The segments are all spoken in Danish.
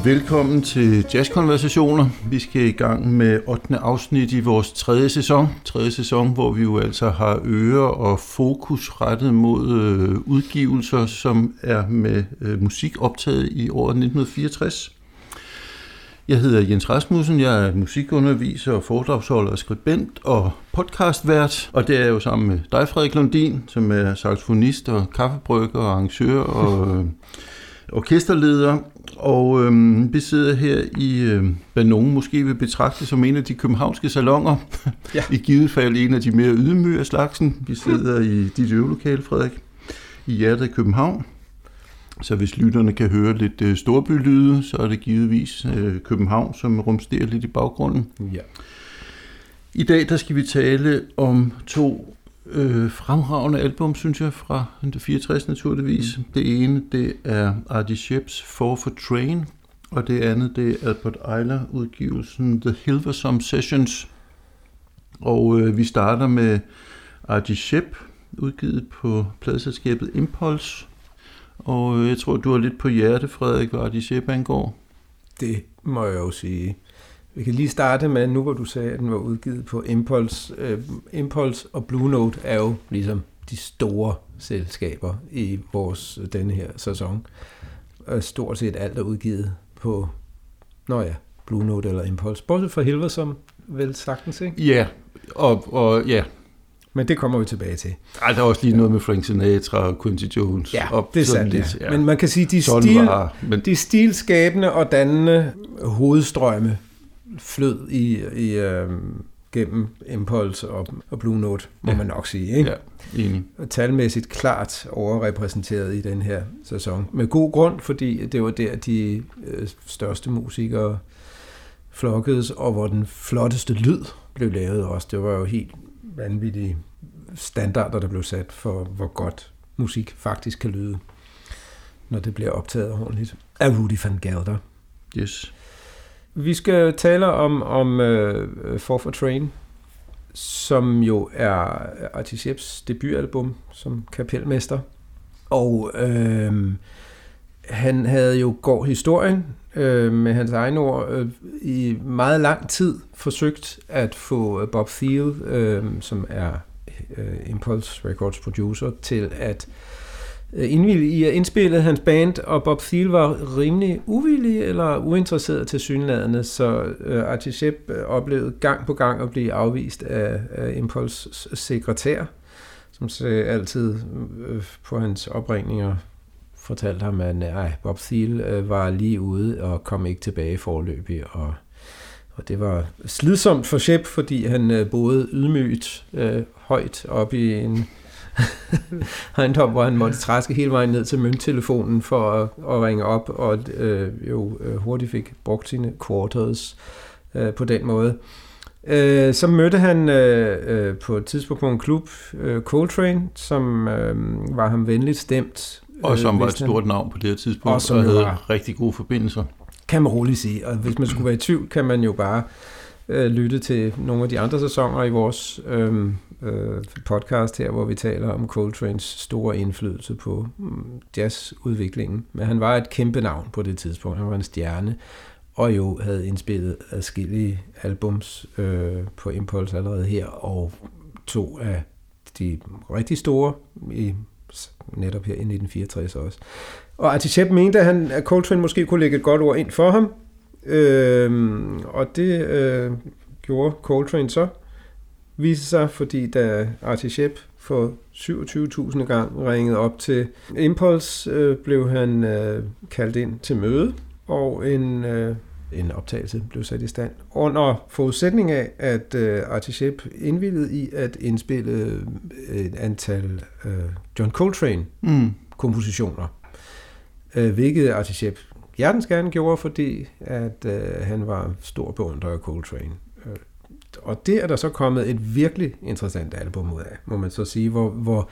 Velkommen til Jazzkonversationer. Vi skal i gang med 8. afsnit i vores tredje sæson, hvor vi jo altså har ører og fokus rettet mod udgivelser, som er med musik optaget i året 1964. Jeg hedder Jens Rasmussen, jeg er musikunderviser og foredragsholder og skribent og podcastvært, og det er jo sammen med dig, Frederik Lundin, som er saxofonist og kaffebrygger og arrangør og orkesterleder. Og vi sidder her i, hvad nogen måske vil betragte som en af de københavnske salonger. Ja. I givet fald en af de mere ydmyge af slagsen. Vi sidder i dit øvelokale, Frederik, i hjertet af København. Så hvis lytterne kan høre lidt storbylyde, så er det givetvis København, som rumsterer lidt i baggrunden. Ja. I dag der skal vi tale om to fremragende album, synes jeg, fra 64 naturligvis. Det ene, det er Artie Shep's For Train, og det andet, det er Albert Ayler udgivelsen The Hilversum Sessions. Og vi starter med Artie Shepp, udgivet på pladeselskabet Impulse. Og jeg tror, du har lidt på hjerte, Frederik, hvad Artie Shepp angår. Det må jeg jo sige. Vi kan lige starte med, nu hvor du sagde, at den var udgivet på Impulse. Impulse og Blue Note er jo ligesom de store selskaber i denne her sæson. Stort set alt er udgivet på, Blue Note eller Impulse. Bortset fra Hilversum, vel sagtens, ikke? Ja, og ja. Men det kommer vi tilbage til. Ej, der er også lige noget med Frank Sinatra og Quincy Jones. Ja, det er sandt, lidt, ja. Men man kan sige, de stilskabende og dannende hovedstrømme flød gennem Impulse og Blue Note, må man nok sige. Ikke? Ja, enig. Talmæssigt klart overrepræsenteret i den her sæson. Med god grund, fordi det var der, de største musikere flokkedes, og hvor den flotteste lyd blev lavet også. Det var jo helt vanvittige standarder, der blev sat for, hvor godt musik faktisk kan lyde, når det bliver optaget ordentligt af Rudy Van Gelder. Yes. Vi skal tale om For Train, som jo er Artie Shepps debutalbum som kapelmester. Og han havde jo går historien med hans egne ord i meget lang tid forsøgt at få Bob Thiele, som er Impulse Records producer, til at indvillige i at indspille hans band, og Bob Thiele var rimelig uvillig eller uinteresseret tilsyneladende, så Artie Shepp oplevede gang på gang at blive afvist af Impulse sekretær, som altid på hans opringninger fortalte ham, at Bob Thiele var lige ude og kom ikke tilbage foreløbig, og det var slidsomt for Shepp, fordi han boede ydmygt højt op i en ejendom, hvor han måtte træske hele vejen ned til mønttelefonen for at ringe op, og hurtigt fik brugt sine quarters på den måde. Så mødte han på et tidspunkt på en klub, Coltrane, som var ham venligt stemt. Og som var et stort navn på det her tidspunkt, og som havde rigtig gode forbindelser. Kan man roligt sige, og hvis man skulle være i tvivl, kan man jo bare lytte til nogle af de andre sæsoner i vores podcast her, hvor vi taler om Coltranes store indflydelse på jazzudviklingen. Men han var et kæmpe navn på det tidspunkt. Han var en stjerne, og jo havde indspillet adskillige albums på Impulse allerede her, og to af de rigtig store netop her i 1964 også. Og Artie Shepp mente, at Coltrane måske kunne lægge et godt ord ind for ham, og det gjorde Coltrane så. Viste sig, fordi da Artie Shepp for 27.000 gang ringede op til Impulse, blev han kaldt ind til møde, og en optagelse blev sat i stand. Under forudsætning af, at Artie Shepp indvilligede i at indspille et antal John Coltrane-kompositioner, hvilket Artie Shepp hjertens gerne gjorde, fordi at han var stor beundrer af Coltrane. Og det er der så kommet et virkelig interessant album ud af, må man så sige, hvor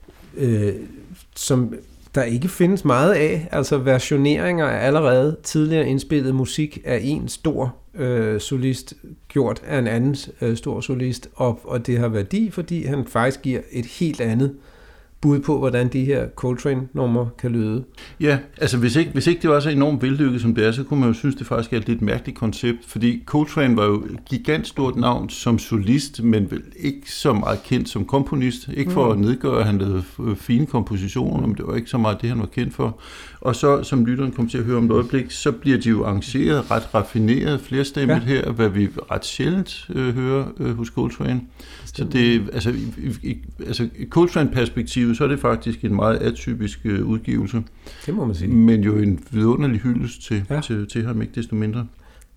som der ikke findes meget af, altså versioneringer af allerede tidligere indspillet musik af en stor solist, gjort af en anden stor solist, og det har værdi, fordi han faktisk giver et helt andet bud på, hvordan de her Coltrane-numre kan lyde. Ja, altså hvis ikke det var så enormt vellykket som det er, så kunne man jo synes, det faktisk er et lidt mærkeligt koncept, fordi Coltrane var jo et gigantstort navn som solist, men vel ikke så meget kendt som komponist. Ikke for at nedgøre, at han lavede fine kompositioner, men det var ikke så meget det, han var kendt for. Og så, som lytteren kom til at høre om et øjeblik, så bliver de jo arrangeret, ret raffineret, flerstemmigt her, hvad vi ret sjældent hører hos Coltrane. Så det, altså Coltrane-perspektivet, så er det faktisk en meget atypisk udgivelse. Det må man sige. Men jo en vidunderlig hyldest til ham, ikke desto mindre.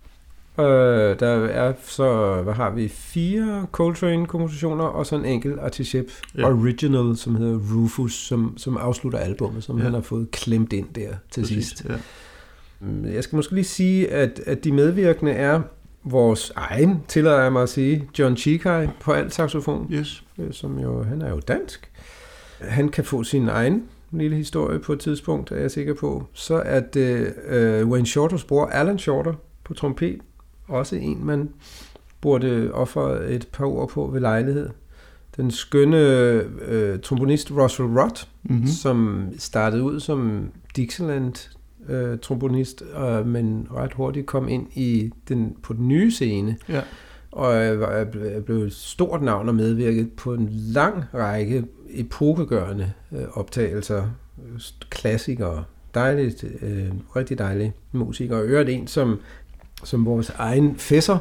Der er så, hvad har vi, 4 Coltrane-kompositioner, og så en enkelt Artichep Original, som hedder Rufus, som afslutter albummet, som han har fået klemt ind der til sidst. Ja. Jeg skal måske lige sige, at de medvirkende er vores egen, tillader jeg mig at sige, John Tchicai på alt saxofon, som jo, han er jo dansk. Han kan få sin egen lille historie på et tidspunkt, er jeg sikker på. Så er det Wayne Shorters bror, Alan Shorter, på trompet. Også en, man burde ofre et par ord på ved lejlighed. Den skønne trombonist Russell Rudd, som startede ud som Dixieland trombonist, men ret hurtigt kom ind på den nye scene. Ja. Og blev et stort navn og medvirket på en lang række epokegørende optagelser, klassikere, dejligt, rigtig dejlige musikere, og øvrigt en, som vores egen Fesser,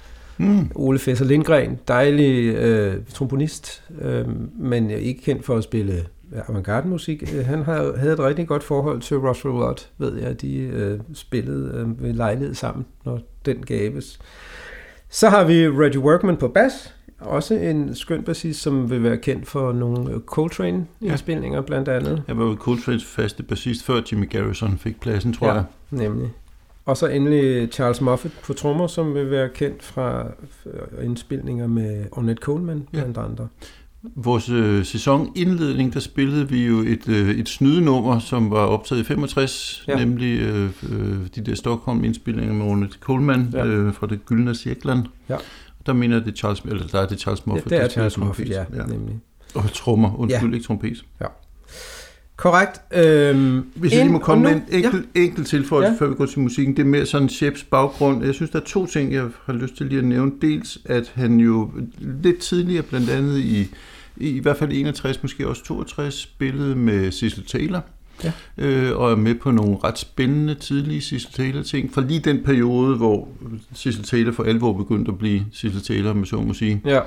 Ole Fesser Lindgren, dejlig trombonist, men ikke kendt for at spille avantgarde-musik. Han havde et rigtig godt forhold til Russell Rudd, ved jeg, de spillede ved lejlighed sammen, når den gaves. Så har vi Reggie Workman på bas, også en skøn bassist, som vil være kendt for nogle Coltrane-indspilninger blandt andet. Jeg var jo Coltranes faste bassist, før Jimmy Garrison fik pladsen, tror jeg. Nemlig. Og så endelig Charles Moffett på trommer, som vil være kendt fra indspilninger med Ornette Coleman blandt andre. Vores sæsonindledning, der spillede vi jo et snydenummer, som var optaget i 65, nemlig de der Stockholm-indspillinger med Ornette Coleman fra det Gyldne Cirklen. Ja. Der mener jeg, det er Charles Moffett. Det er Charles Moffett, nemlig. Og trommer, ikke trompet. Ja. Korrekt. Hvis jeg lige må komme med en enkelt tilføjelse, før vi går til musikken, det er mere sådan Sheps baggrund. Jeg synes, der er 2 ting, jeg har lyst til lige at nævne. Dels, at han jo lidt tidligere, blandt andet i hvert fald 61, måske også 62, spillede med Cecil Taylor. Ja. Og er med på nogle ret spændende tidlige Cecil Taylor-ting. For lige den periode, hvor Cecil Taylor for alvor begyndte at blive Cecil Taylor, med så må sige. Ja.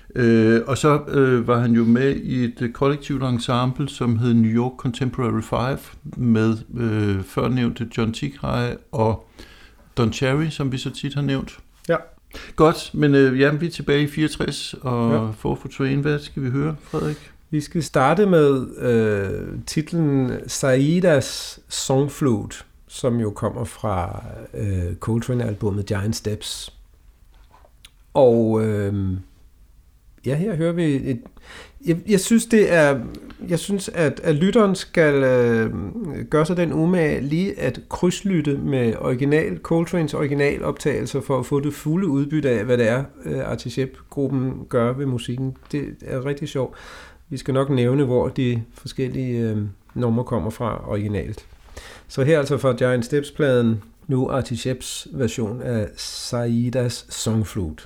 Og så var han jo med i et kollektivt ensemble, som hed New York Contemporary 5, med førnævnte John Tchicai og Don Cherry, som vi så tit har nævnt. Ja. Godt, men vi er tilbage i 64, og for Train, hvad skal vi høre, Frederik? Vi skal starte med titlen Saidas Songflute, som jo kommer fra Coltrane-albummet Giant Steps. Og her hører vi jeg synes, at lytteren skal gøre sig den umage lige at krydslytte med Coltranes originaloptagelser for at få det fulde udbytte af, hvad det er, Artichep-gruppen gør ved musikken. Det er rigtig sjovt. Vi skal nok nævne, hvor de forskellige numre kommer fra originalt. Så her altså fra Giant Steps-pladen, nu Articheps version af Saidas Songflute.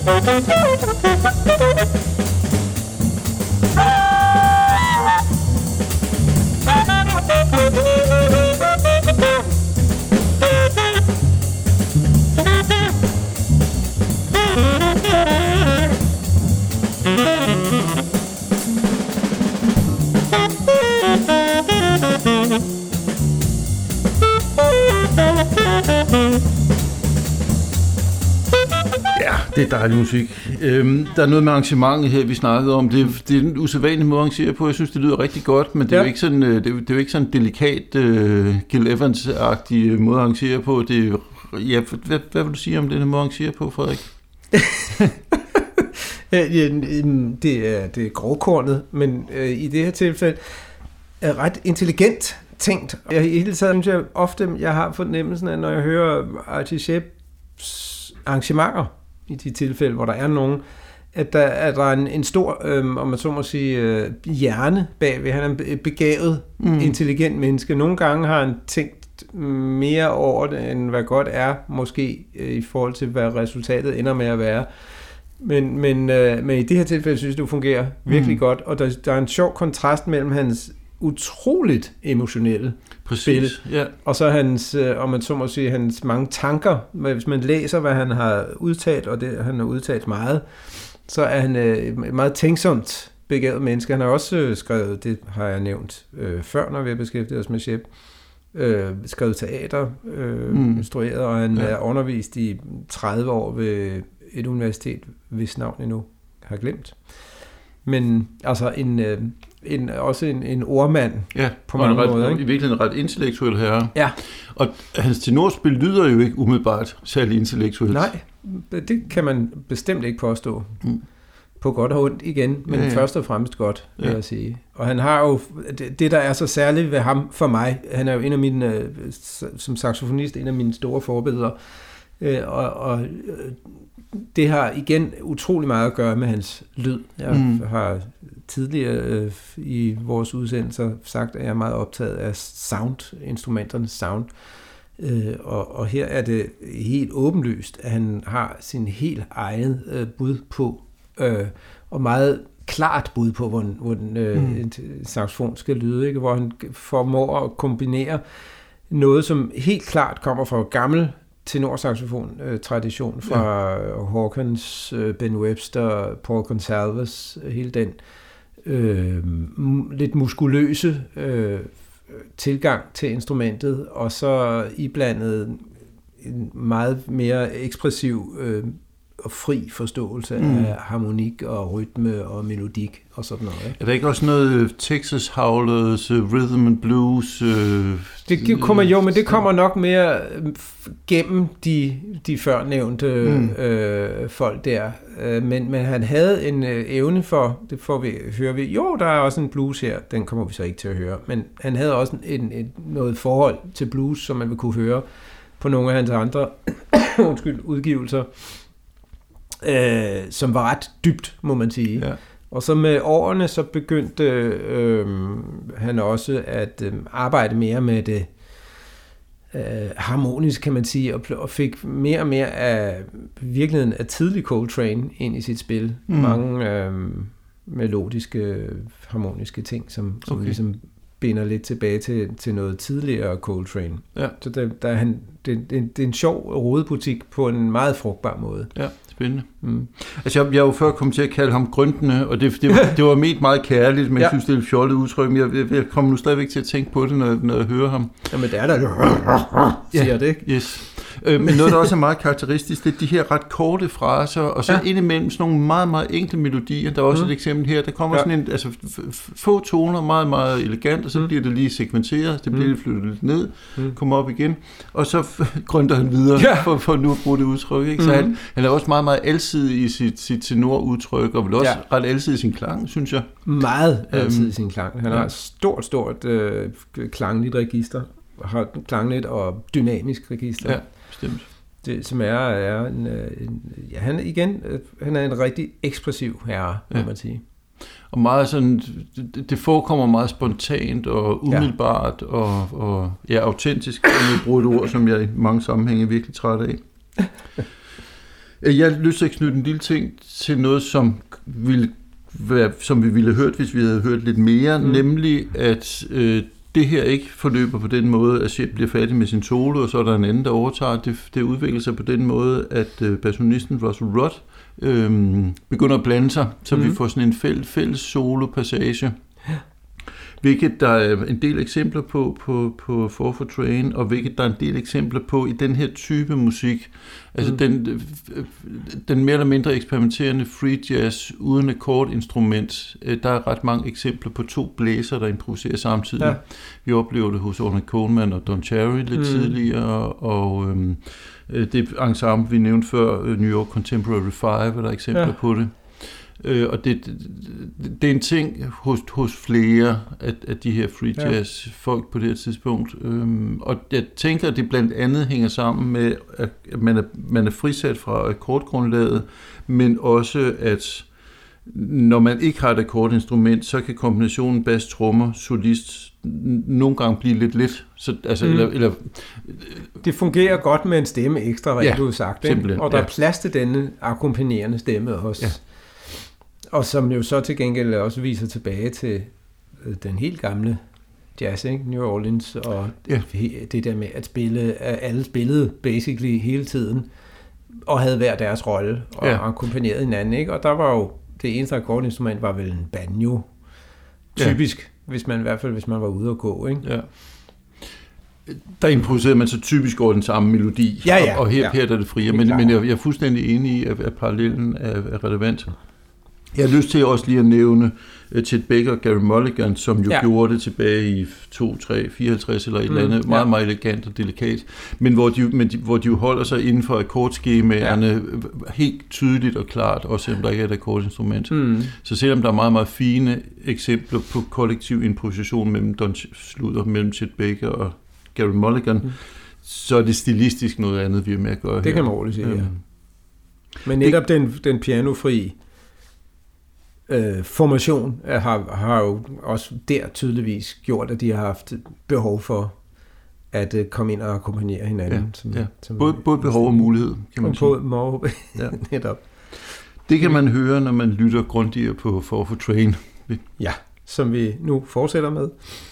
Det er dejlig musik. Der er noget med arrangementet her, vi snakkede om. Det er en usædvanlig måde at arrangere på. Jeg synes, det lyder rigtig godt, men det er jo ikke sådan, det er jo ikke sådan en delikat Gil Evans-agtig måde at arrangere på. Det er, ja, hvad vil du sige om denne måde at arrangere på, Frederik? Det er grovkornet, men i det her tilfælde er ret intelligent tænkt. Jeg hele tiden synes jeg ofte, jeg har fornemmelsen af, når jeg hører Artie Shepp's arrangementer, i de tilfælde, hvor der er nogen, at der er en stor, om man så må sige, hjerne bagved. Han er en begavet, intelligent menneske. Nogle gange har han tænkt mere over det, end hvad godt er, måske i forhold til, hvad resultatet ender med at være. Men i det her tilfælde synes jeg, det fungerer virkelig godt, og der er en sjov kontrast mellem hans utroligt emotionelle spil, og så hans, om man så må sige, hans mange tanker. Hvis man læser, hvad han har udtalt, og det han har udtalt meget, så er han et meget tænksomt begavet menneske. Han har også skrevet, det har jeg nævnt før, når vi har beskæftiget os med Shepp, skrevet teater, instrueret, og han er undervist i 30 år ved et universitet, hvis navn endnu har glemt. Men altså også en ordmand på mange måder. I virkeligheden en ret intellektuel herre. Ja. Og hans tenorspil lyder jo ikke umiddelbart særlig intellektuelt. Nej, det kan man bestemt ikke påstå. På godt og ondt igen, men først og fremmest godt, vil jeg sige. Og han har jo, det der er så særligt ved ham for mig, han er jo en af mine, som saxofonist, en af mine store forbilleder, og det har igen utrolig meget at gøre med hans lyd. Jeg har tidligere i vores udsendelser sagt, at jeg er meget optaget af sound, instrumenternes sound. Og her er det helt åbenlyst, at han har sin helt eget bud på, og meget klart bud på, hvordan en saxofon skal lyde, ikke? Hvor han formår at kombinere noget, som helt klart kommer fra gammel tenorsaxofon-tradition fra Hawkins, Ben Webster, Paul Gonsalves, hele den lidt muskuløse tilgang til instrumentet, og så iblandet en meget mere ekspressiv og fri forståelse af harmonik og rytme og melodik og sådan noget. Ikke? Er der ikke også noget Texas Howlers, Rhythm and Blues? Det kommer jo, men det kommer nok mere gennem de førnævnte folk der. Men han havde en evne for, det hører vi, jo, der er også en blues her, den kommer vi så ikke til at høre, men han havde også noget forhold til blues, som man vil kunne høre på nogle af hans andre udgivelser, som var ret dybt, må man sige. Ja. Og så med årene, så begyndte han også at arbejde mere med det harmonisk, kan man sige, og fik mere og mere af virkeligheden af tidlig Coltrane ind i sit spil. Mange melodiske, harmoniske ting, som ligesom binder lidt tilbage til noget tidligere Coltrane. Ja. Så det er en sjov rodebutik på en meget frugtbar måde. Ja, spændende. Altså jeg er jo før kommet til at kalde ham Grøntene, og det var ment meget kærligt, men jeg synes, det er et fjollet udtryk, men jeg kommer nu stadigvæk til at tænke på det, når jeg hører ham. Jamen det er der, siger det, ikke? Yes. Men noget, der også er meget karakteristisk, det er de her ret korte fraser, og så indimellem sådan nogle meget, meget enkle melodier. Der er også et eksempel her, der kommer sådan en, altså få toner, meget, meget elegant, og så bliver det lige segmenteret, det bliver lidt flyttet lidt ned, kommer op igen, og så grønter han videre, for nu at bruge det udtryk. Ikke? Så han er også meget, meget alsidig i sit tenorudtryk, og vel også ret alsidig i sin klang, synes jeg. Meget alsidig i sin klang. Han har et stort klangligt register, har klangligt og dynamisk register. Ja, bestemt. Det, som er han er en rigtig ekspressiv herre, må man sige. Og meget sådan, det forekommer meget spontant og umiddelbart og autentisk, at bruge et ord, som jeg i mange sammenhænge er virkelig træt af. Jeg har lyst til at knytte en lille ting til noget, som vi ville have hørt, hvis vi havde hørt lidt mere, nemlig at det her ikke forløber på den måde, at Shep bliver færdig med sin solo, og så er der en anden, der overtager. Det udvikler sig på den måde, at bassonisten Russell Rudd begynder at blande sig, så vi får sådan en fælles solo-passage. Hvilket der er en del eksempler på For Train, og hvilket der er en del eksempler på i den her type musik. Altså den mere eller mindre eksperimenterende free jazz uden akkordinstrument. Der er ret mange eksempler på 2 blæser, der improviserer samtidig. Ja. Vi oplever det hos Ornette Coleman og Don Cherry lidt tidligere, og det ensemble, vi nævnte før, New York Contemporary 5, er der eksempler på det. Og det er en ting hos flere af de her free jazz folk på det her tidspunkt. Og jeg tænker, at det blandt andet hænger sammen med, at man er frisat fra akkordgrundlaget, men også at når man ikke har et akkordinstrument, så kan kombinationen bass, trommer, solist nogle gange blive lidt. Så, altså, eller det fungerer godt med en stemme ekstra, rent ud sagt. Og der er plads til denne akkompagnerende stemme også. Ja. Og som jo så til gengæld også viser tilbage til den helt gamle jazz, ikke? New Orleans, og det der med at alle spillede basically hele tiden, og havde hver deres rolle, og akkompagnerede hinanden, ikke? Og der var jo, det eneste akkordinstrument var vel en banjo, typisk, hvis man var ude at gå, ikke? Ja. Der improviserede man så typisk over den samme melodi, og her er det friere, men jeg er fuldstændig enig i, at parallellen er relevant. Jeg har lyst til også lige at nævne Chet Baker og Gary Mulligan, som jo gjorde det tilbage i 2, 3, 54 eller et eller andet, meget, meget elegant og delikat, men hvor de jo holder sig inden for akkordskemaerne helt tydeligt og klart, også selvom der ikke er et akkordinstrument. Så selvom der er meget, meget fine eksempler på kollektiv improvisation mellem Chet Baker og Gary Mulligan, så er det stilistisk noget andet, vi er med at gøre. Det kan man roligt sige, Men netop den pianofri formation har jo også der tydeligvis gjort, at de har haft behov for at komme ind og akkompagnere hinanden. Både behov og mulighed, kan man sige. Netop. Det kan man høre, når man lytter grundigere på For Train. Ja, som vi nu fortsætter med.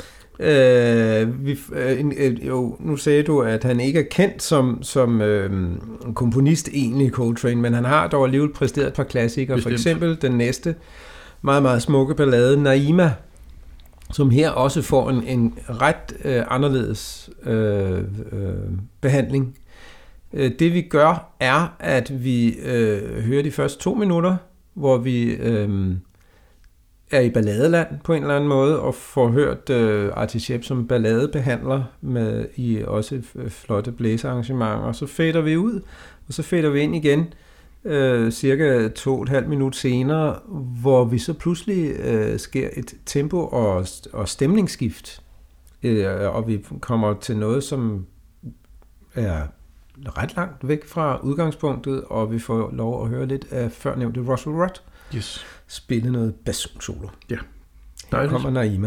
Nu sagde du, at han ikke er kendt som komponist egentlig, Coltrane, men han har dog alligevel præsteret et par klassikere. Bestemt. For eksempel den næste meget, meget smukke ballade, Naima, som her også får en ret anderledes behandling. Det vi gør, er, at vi hører de første 2 minutter, hvor vi er i balladeland på en eller anden måde, og får hørt Artie Shepp som balladebehandler med i også flotte blæsearrangementer, og så fader vi ud, og så fader vi ind igen cirka 2,5 minutter senere, hvor vi så pludselig sker et tempo og stemningsskift, og vi kommer til noget, som er ret langt væk fra udgangspunktet, og vi får lov at høre lidt af førnævnte Russell Rudd spille noget bassonsolo. Ja. Her kommer Naima.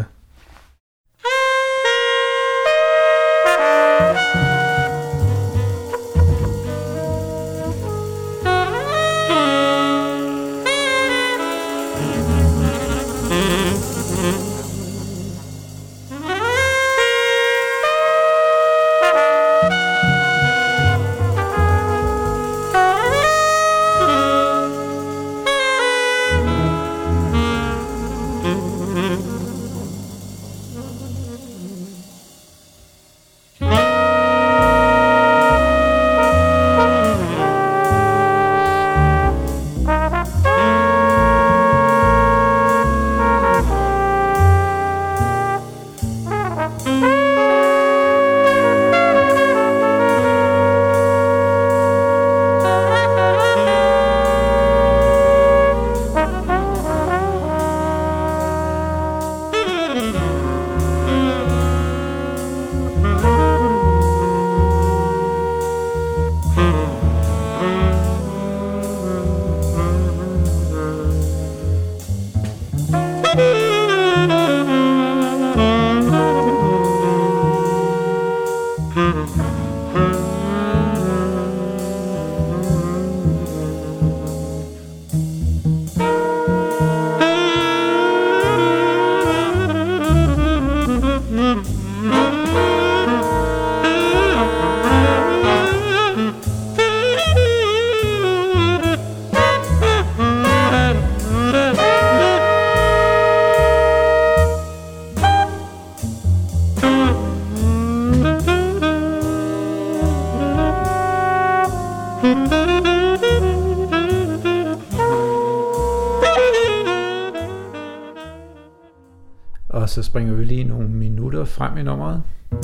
Og så springer vi lige nogle minutter frem i nummeret.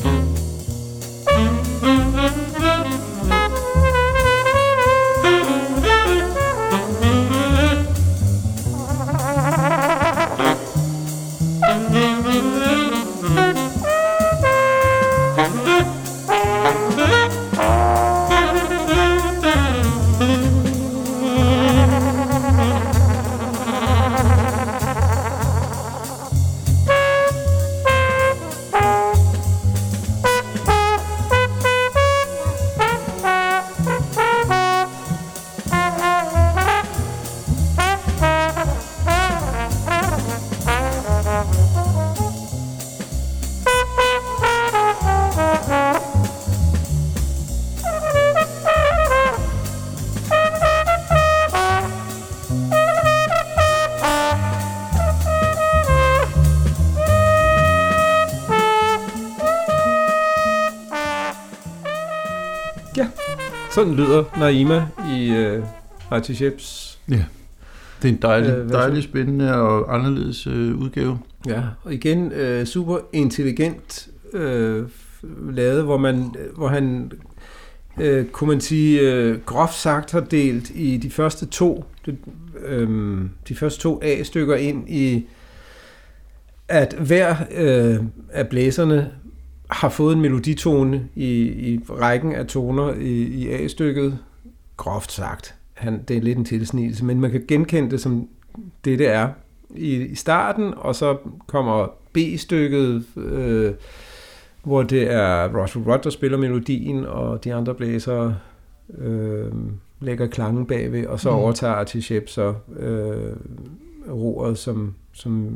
Sådan lyder Naima i Artie Sheps. Ja, det er en dejlig spændende og anderledes udgave. Ja, og igen super intelligent lavet, hvor han kunne man sige groft sagt har delt i de første to A-stykker ind i, at hver af blæserne har fået en meloditone i rækken af toner i A-stykket, groft sagt. Det er lidt en tilsnigelse, men man kan genkende det som det er i starten, og så kommer B-stykket, hvor det er Russell Rudd, der spiller melodien, og de andre blæsere lægger klangen bagved, og så overtager Artie Sheps så roret som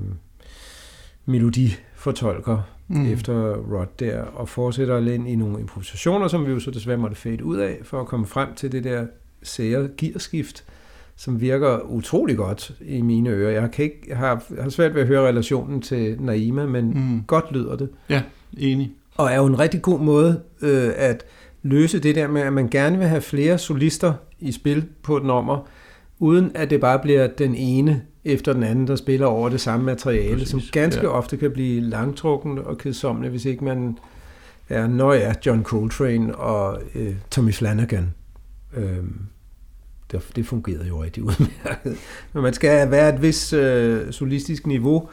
melodifortolker efter Rudd der, og fortsætter ind i nogle improvisationer, som vi jo så desværre måtte fade ud af, for at komme frem til det der sære gearskift, som virker utrolig godt i mine ører. Jeg har svært ved at høre relationen til Naima, men godt lyder det. Ja, enig. Og er jo en rigtig god måde at løse det der med, at man gerne vil have flere solister i spil på et nummer, uden at det bare bliver den ene efter den anden, der spiller over det samme materiale, præcis, som ganske ofte kan blive langtrukken og kedsommeligt, hvis ikke man er John Coltrane og Tommy Flanagan. Det fungerede jo rigtig udmærket. Men man skal være et vis solistisk niveau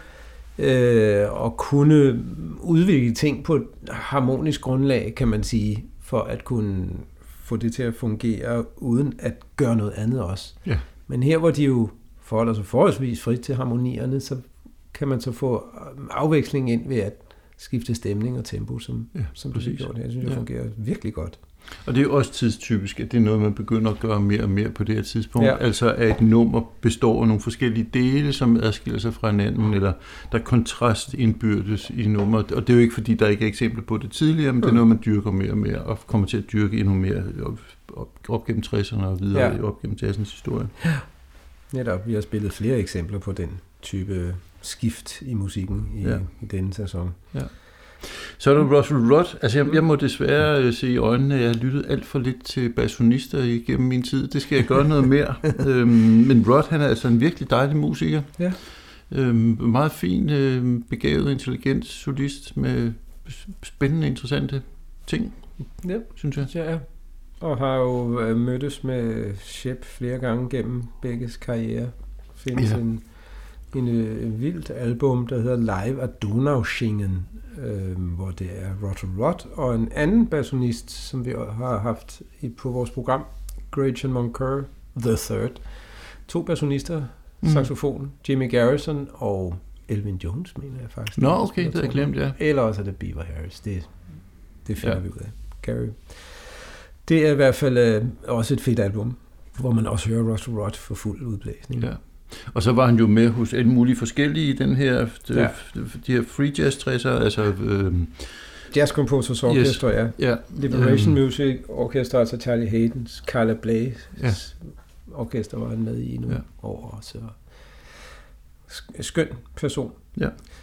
og kunne udvikle ting på et harmonisk grundlag, kan man sige, for at kunne få det til at fungere uden at gøre noget andet også. Ja. Men her, hvor de jo forholder sig forholdsvis frit til harmonierne, så kan man så få afveksling ind ved at skifte stemning og tempo, som du har gjort her. Jeg synes, det fungerer virkelig godt. Og det er jo også tidstypisk, at det er noget, man begynder at gøre mere og mere på det her tidspunkt. Ja. Altså, at et nummer består af nogle forskellige dele, som adskiller sig fra hinanden, eller der er kontrast indbyrdes i nummeret. Og det er jo ikke, fordi der ikke er eksempler på det tidligere, men det er noget, man dyrker mere og mere, og kommer til at dyrke endnu mere op gennem 60'erne og videre op gennem jazzens historie. Ja. Netop, vi har spillet flere eksempler på den type skift i musikken i denne sæson. Ja. Så er der Russell Rudd. Altså, jeg må desværre se i øjnene, at jeg har lyttet alt for lidt til bassonister igennem min tid. Det skal jeg gøre noget mere. Men Rudd, han er altså en virkelig dejlig musiker. Ja. Meget fin, begavet, intelligent solist med spændende, interessante ting, synes jeg. Ja. Og har jo mødtes med Shep flere gange gennem begges karriere. Findes en vildt album, der hedder Live at Donaueschingen, hvor det er Russell Rudd og en anden bassonist, som vi har haft på vores program, Gretchen Moncur the Third. 2 bassonister, saxofon, Jimmy Garrison og Elvin Jones, mener jeg faktisk. Nå, okay, det har jeg glemt, ja. Eller også er det Beaver Harris, det finder vi ud af. Gary. Det er i hvert fald også et fedt album, hvor man også hører Russell Rudd for fuld udblæsning. Ja. Og så var han jo med hos alle mulige forskellige i den her, de her free jazz træsser, altså Jazz Composers Orchestra, Liberation Music Orchestra, altså Charlie Haydens, Carla Bley's orkester var han med i nogle år også. Skøn person. Ja.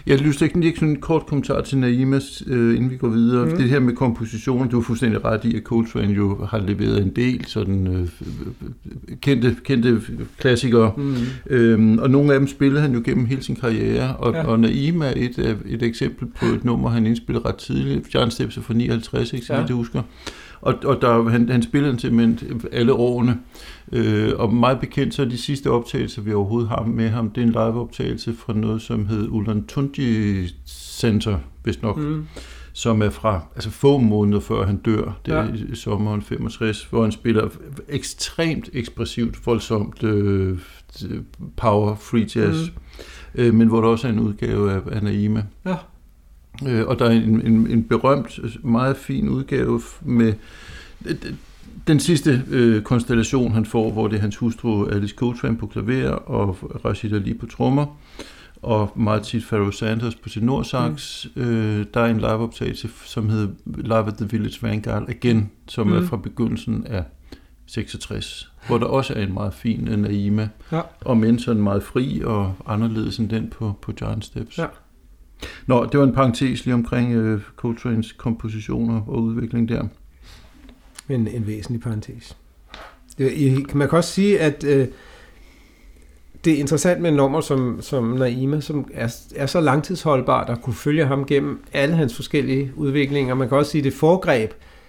Jeg har lyst til lige sådan en kort kommentar til Naimas, inden vi går videre. Det her med kompositionen, du er fuldstændig ret i, at Coltrane jo har leveret en del sådan kendte klassikere. Og nogle af dem spillede han jo gennem hele sin karriere, og Naima er et eksempel på et nummer, han indspillede ret tidligt. Giant Steps fra 59, ikke, så vidt jeg husker. Og han spillede simpelthen alle årene. Og meget bekendt, så er de sidste optagelser, vi overhovedet har med ham, det er en liveoptagelse fra noget, som hed Ulantunji Center, vist nok, som er fra få måneder før han dør, det er i sommeren 65, hvor han spiller ekstremt ekspressivt, voldsomt power free jazz, men hvor der også er en udgave af Naima. Ja. Og der er en berømt, meget fin udgave med den sidste konstellation, han får, hvor det er hans hustru Alice Coltrane på klaver og Rashid Ali på trommer, og meget tit Pharoah Sanders på tenorsax. Der er en liveoptagelse, som hedder Live at the Village Vanguard, igen, som er fra begyndelsen af 66, hvor der også er en meget fin Naima, og men sådan meget fri og anderledes end den på Giant Steps. Ja. Nå, det var en parentes lige omkring Coltranes kompositioner og udvikling der. En væsentlig parentes. Man kan også sige, at det er interessant med et nummer som Naima, som er så langtidsholdbart og kunne følge ham gennem alle hans forskellige udviklinger. Man kan også sige, at det foregreb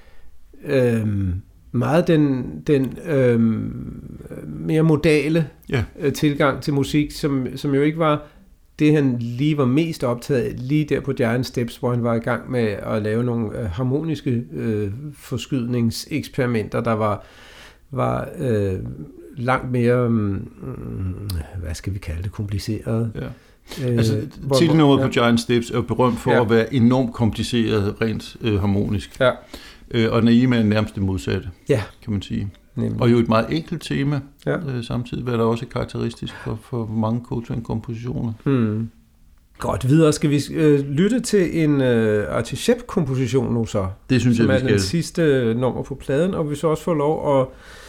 meget den mere modale tilgang til musik, som jo ikke var det, han lige var mest optaget af, lige der på Giant Steps, hvor han var i gang med at lave nogle harmoniske forskydningseksperimenter, der var langt mere, hvad skal vi kalde det, kompliceret. Ja. Titelnummeret på Giant Steps er jo berømt for at være enormt kompliceret, rent harmonisk. Ja. Og Naima er nærmest det modsatte, kan man sige. Nemlig. Og jo et meget enkelt tema, samtidig, hvad der også er karakteristisk for mange Coltrane-kompositioner. Godt, videre skal vi lytte til en Artie Shepp-komposition nu så. Det synes jeg, vi skal. Som er den sidste nummer på pladen, og vi så også får lov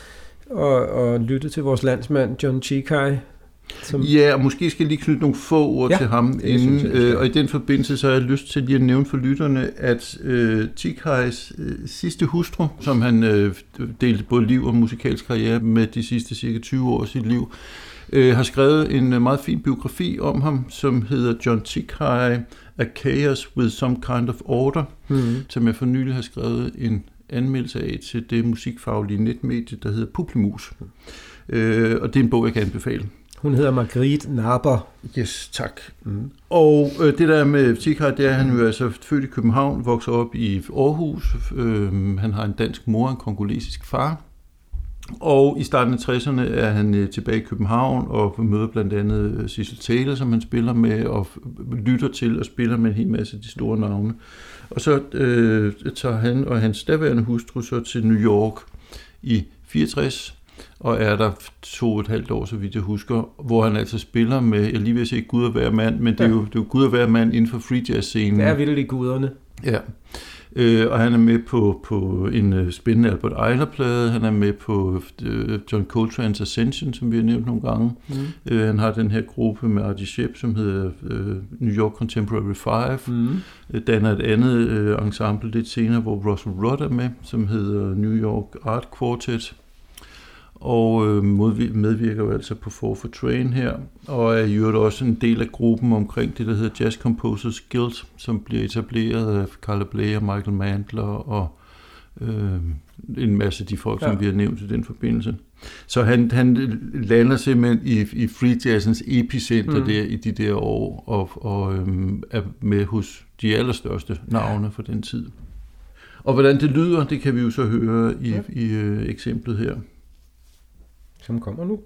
at lytte til vores landsmand John Tchicai. Ja, og måske skal jeg lige knytte nogle få ord til ham inden, og i den forbindelse så har jeg lyst til lige at nævne for lytterne, at Tchicais sidste hustru, som han delte både liv og musikalsk karriere med de sidste cirka 20 år af sit liv, har skrevet en meget fin biografi om ham, som hedder John Tchicai, A Chaos with Some Kind of Order, som jeg for nylig har skrevet en anmeldelse af til det musikfaglige netmedie, der hedder Publimus. Og det er en bog, jeg kan anbefale. Hun hedder Marguerite Naber. Yes, tak. Og det der med Tchicai, det er, han jo altså født i København, vokser op i Aarhus. Han har en dansk mor og en kongolesisk far. Og i starten af 60'erne er han tilbage i København og møder blandt andet Cecil Taylor, som han spiller med, og lytter til og spiller med en hel masse af de store navne. Og så tager han og hans daværende hustru så til New York i 64, og er der 2,5 år, så vidt jeg husker, hvor han altså spiller med, jeg lige vil sige Gud og hver mand, men det er jo Gud og hver mand inden for free jazz-scenen. Det er vildt guderne. Ja. Og han er med på en spændende Albert Ayler-plade, han er med på John Coltrane's Ascension, som vi har nævnt nogle gange. Han har den her gruppe med Artie Shepp, som hedder New York Contemporary 5. Danner et andet ensemble lidt senere, hvor Russell Rudd er med, som hedder New York Art Quartet. Og medvirker jo altså på 4 for Train her, og er jo også en del af gruppen omkring det, der hedder Jazz Composers Guild, som bliver etableret af Carla Bley og Michael Mandler og en masse af de folk, som vi har nævnt i den forbindelse. Så han lander simpelthen i free jazzens epicenter der i de der år, og er med hos de allerstørste navne for den tid. Og hvordan det lyder, det kan vi jo så høre i eksemplet her. Som kommer nu.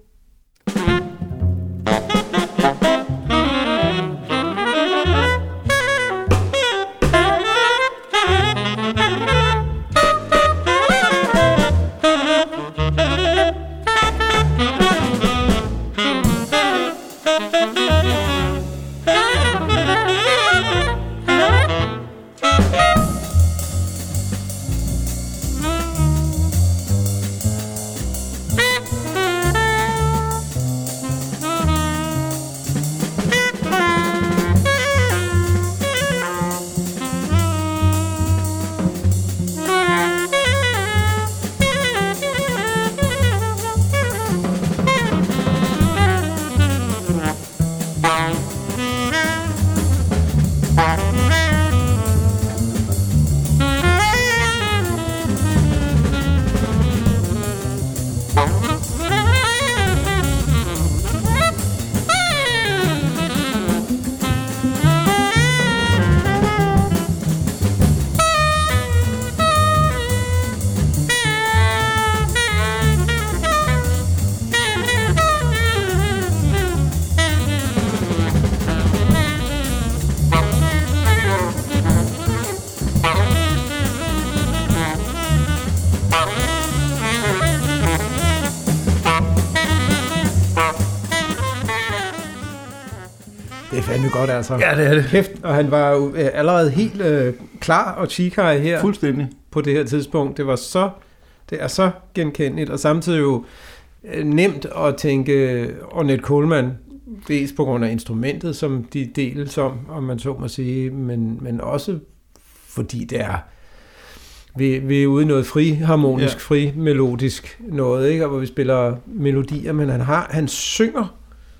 Det er fandme godt, altså. Ja, det er det. Kæft, og han var jo allerede helt klar og chikai her. Fuldstændig. På det her tidspunkt. Det er så genkendeligt, og samtidig jo nemt at tænke Ornette Coleman, dels på grund af instrumentet, som de deles om man så må sige, men også fordi det er vi er ude i noget friharmonisk, frimelodisk noget, ikke? Og hvor vi spiller melodier, men han synger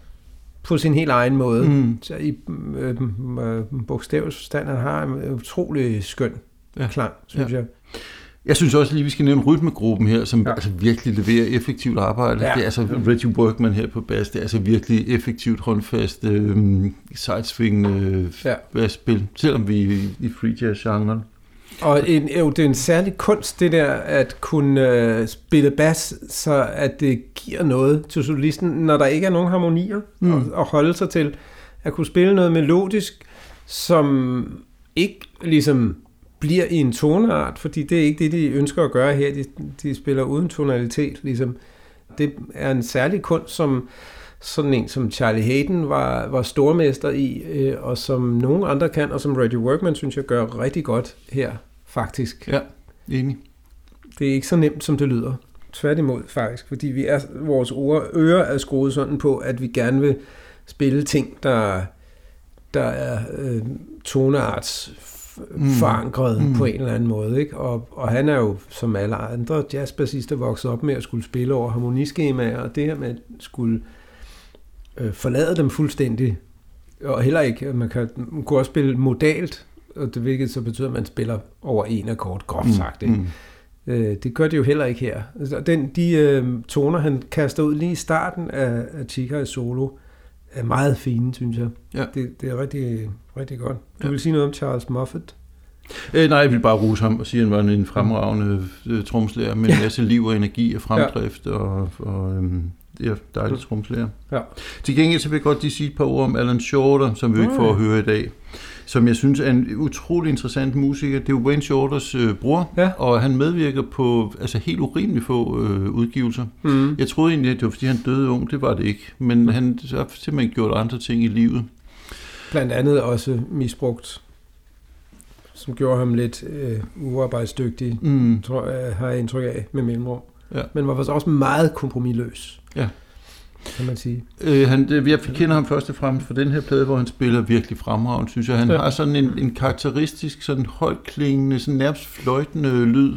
på sin helt egen måde. Så i bogstavets forstand, han har en utrolig skøn klang, synes jeg. Jeg synes også lige, vi skal nævne rytmegruppen her, som altså virkelig leverer effektivt arbejde. Ja. Det er altså Reggie Workman her på bas, det er altså virkelig effektivt, håndfast, sidesvingende basspil, selvom vi er i free jazz-genren. Og det er en særlig kunst, det der, at kunne spille bas, så at det giver noget til solisten, når der ikke er nogen harmonier, og holde sig til at kunne spille noget melodisk, som ikke ligesom bliver i en toneart, fordi det er ikke det, de ønsker at gøre her. De spiller uden tonalitet, ligesom. Det er en særlig kunst, som sådan en som Charlie Haden var stormester i, og som nogle andre kan, og som Reggie Workman, synes jeg, gør rigtig godt her, faktisk. Ja, enig. Det er ikke så nemt, som det lyder. Tværtimod, faktisk, fordi vores ører er skruet sådan på, at vi gerne vil spille ting, der er tonearts forankret på en eller anden måde, ikke? Og han er jo, som alle andre jazzbassister, vokset op med at skulle spille over harmoniskemaer, og det her med at skulle forlade dem fuldstændig, og heller ikke, man kunne også spille modalt, og det hvilket så betyder, at man spiller over en akkord, groft sagt, ikke? Det gør det jo heller ikke her. Altså, de toner, han kaster ud lige i starten af Chikais solo, er meget fine, synes jeg. Ja. Det er rigtig, rigtig godt. Du vil sige noget om Charles Moffett? Nej, jeg vil bare rose ham og sige, at han var en fremragende tromslærer med en masse liv og energi og fremdrift og dejlig tromslærer. Ja. Til gengæld så vil jeg godt lige sige et par ord om Alan Shorter, som vi ikke får at høre i dag, som jeg synes er en utrolig interessant musiker. Det er jo Wayne Shorters bror, og han medvirker på helt urimeligt få udgivelser. Jeg troede egentlig, at det var, fordi han døde ung. Det var det ikke. Men han har simpelthen gjort andre ting i livet. Blandt andet også misbrugt, som gjorde ham lidt uarbejdsdygtig, tror jeg, har jeg indtryk af med mellemrum. Ja. Men var også meget kompromisløs. Ja. Kan man sige. Jeg kender ham først og fremmest for den her plade, hvor han spiller virkelig fremragende, synes jeg. Han har sådan en karakteristisk, sådan højtklingende, sådan nærmest fløjtende lyd.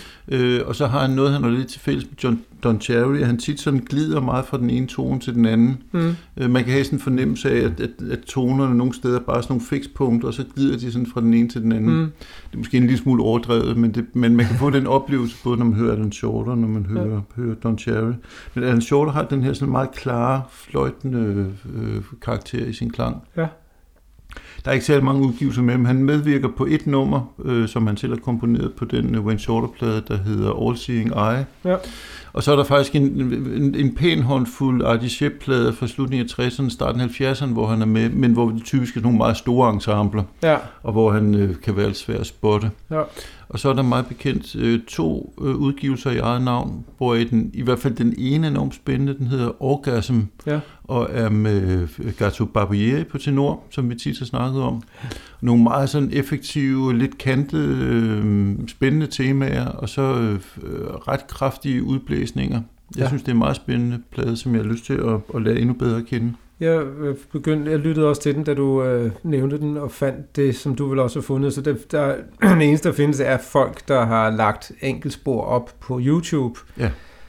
Og så har han noget, han har lidt til fælles med Don Cherry. Han tit sådan glider meget fra den ene tone til den anden. Man kan have sådan en fornemmelse af, at tonerne nogle steder bare er sådan nogle fikspunkter, og så glider de sådan fra den ene til den anden. Det er måske en lille smule overdrevet, men man kan få den oplevelse, både når man hører Alan Shorter, og når man hører Don Cherry. Men Alan Shorter har den her sådan meget klare, fløjtende karakter i sin klang. Ja. Der er ikke særlig mange udgivelser med ham. Han medvirker på et nummer, som han selv har komponeret på den Wayne Shorter-plade, der hedder All Seeing Eye. Ja. Og så er der faktisk en pæn håndfuld Artie Shepp-plader fra slutningen af 60'erne, starten af 70'erne, hvor han er med, men hvor det typisk er nogle meget store ensembler, og hvor han kan være svær at spotte. Ja. Og så er der meget bekendt 2 udgivelser i eget navn, hvor i hvert fald den ene er enormt spændende, den hedder Orgasm, og er med Gato Barbieri på tenor, som vi tit har snakket om. Nogle meget sådan effektive, lidt kantede, spændende temaer, og så ret kraftige udblæsninger. Jeg synes, det er en meget spændende plade, som jeg har lyst til at lære endnu bedre at kende. Jeg lyttede også til den, da du nævnte den, og fandt det, som du vel også har fundet. Så den eneste, der findes, er folk, der har lagt enkeltspor op på YouTube. Ja.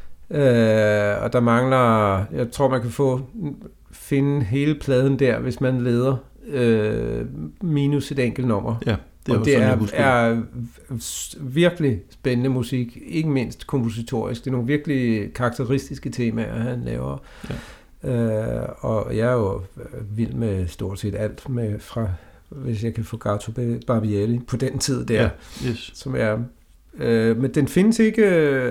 Og der mangler, jeg tror, man kan finde hele pladen der, hvis man leder minus et enkelt nummer. Ja. Det er virkelig spændende musik, ikke mindst kompositorisk. Det er nogle virkelig karakteristiske temaer, han laver. Ja. Og jeg er jo vild med stort set alt fra, hvis jeg kan få Gato Barbieri på den tid der, som er. Men den findes ikke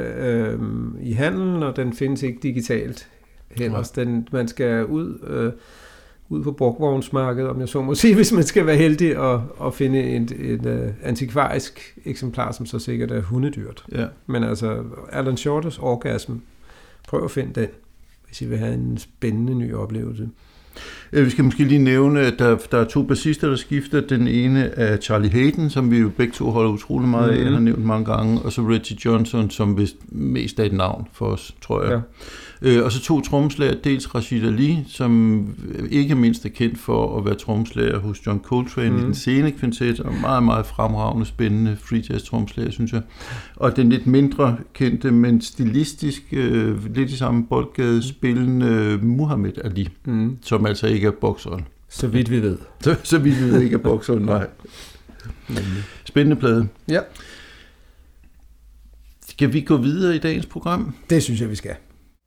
i handelen, og den findes ikke digitalt heller. Man skal ud på brugtvognsmarkedet, om jeg så må sige, hvis man skal være heldig og finde et antikvarisk eksemplar, som så sikkert er hundedyrt. Ja. Men altså, Alan Shorters Orgasm, prøv at finde den, hvis I vil have en spændende ny oplevelse. Vi skal måske lige nævne, at der er 2 bassister, der skifter. Den ene er Charlie Hayden, som vi jo begge to holder utrolig meget af, han har nævnt mange gange, og så Reggie Johnson, som vist mest er et navn for os, tror jeg. Ja. Og så 2 trommeslager, dels Rashid Ali, som ikke mindst er kendt for at være trommeslager hos John Coltrane i den sene kvintet, og meget, meget fremragende, spændende free jazz trommeslager, synes jeg. Og den lidt mindre kendte, men stilistisk, lidt i samme boldgade, spillende Muhammad Ali, som altså ikke er bokseren. Så vidt vi ved. Så vidt vi ved ikke er bokseren, nej. Spændende plade. Ja. Skal vi gå videre i dagens program? Det synes jeg, vi skal.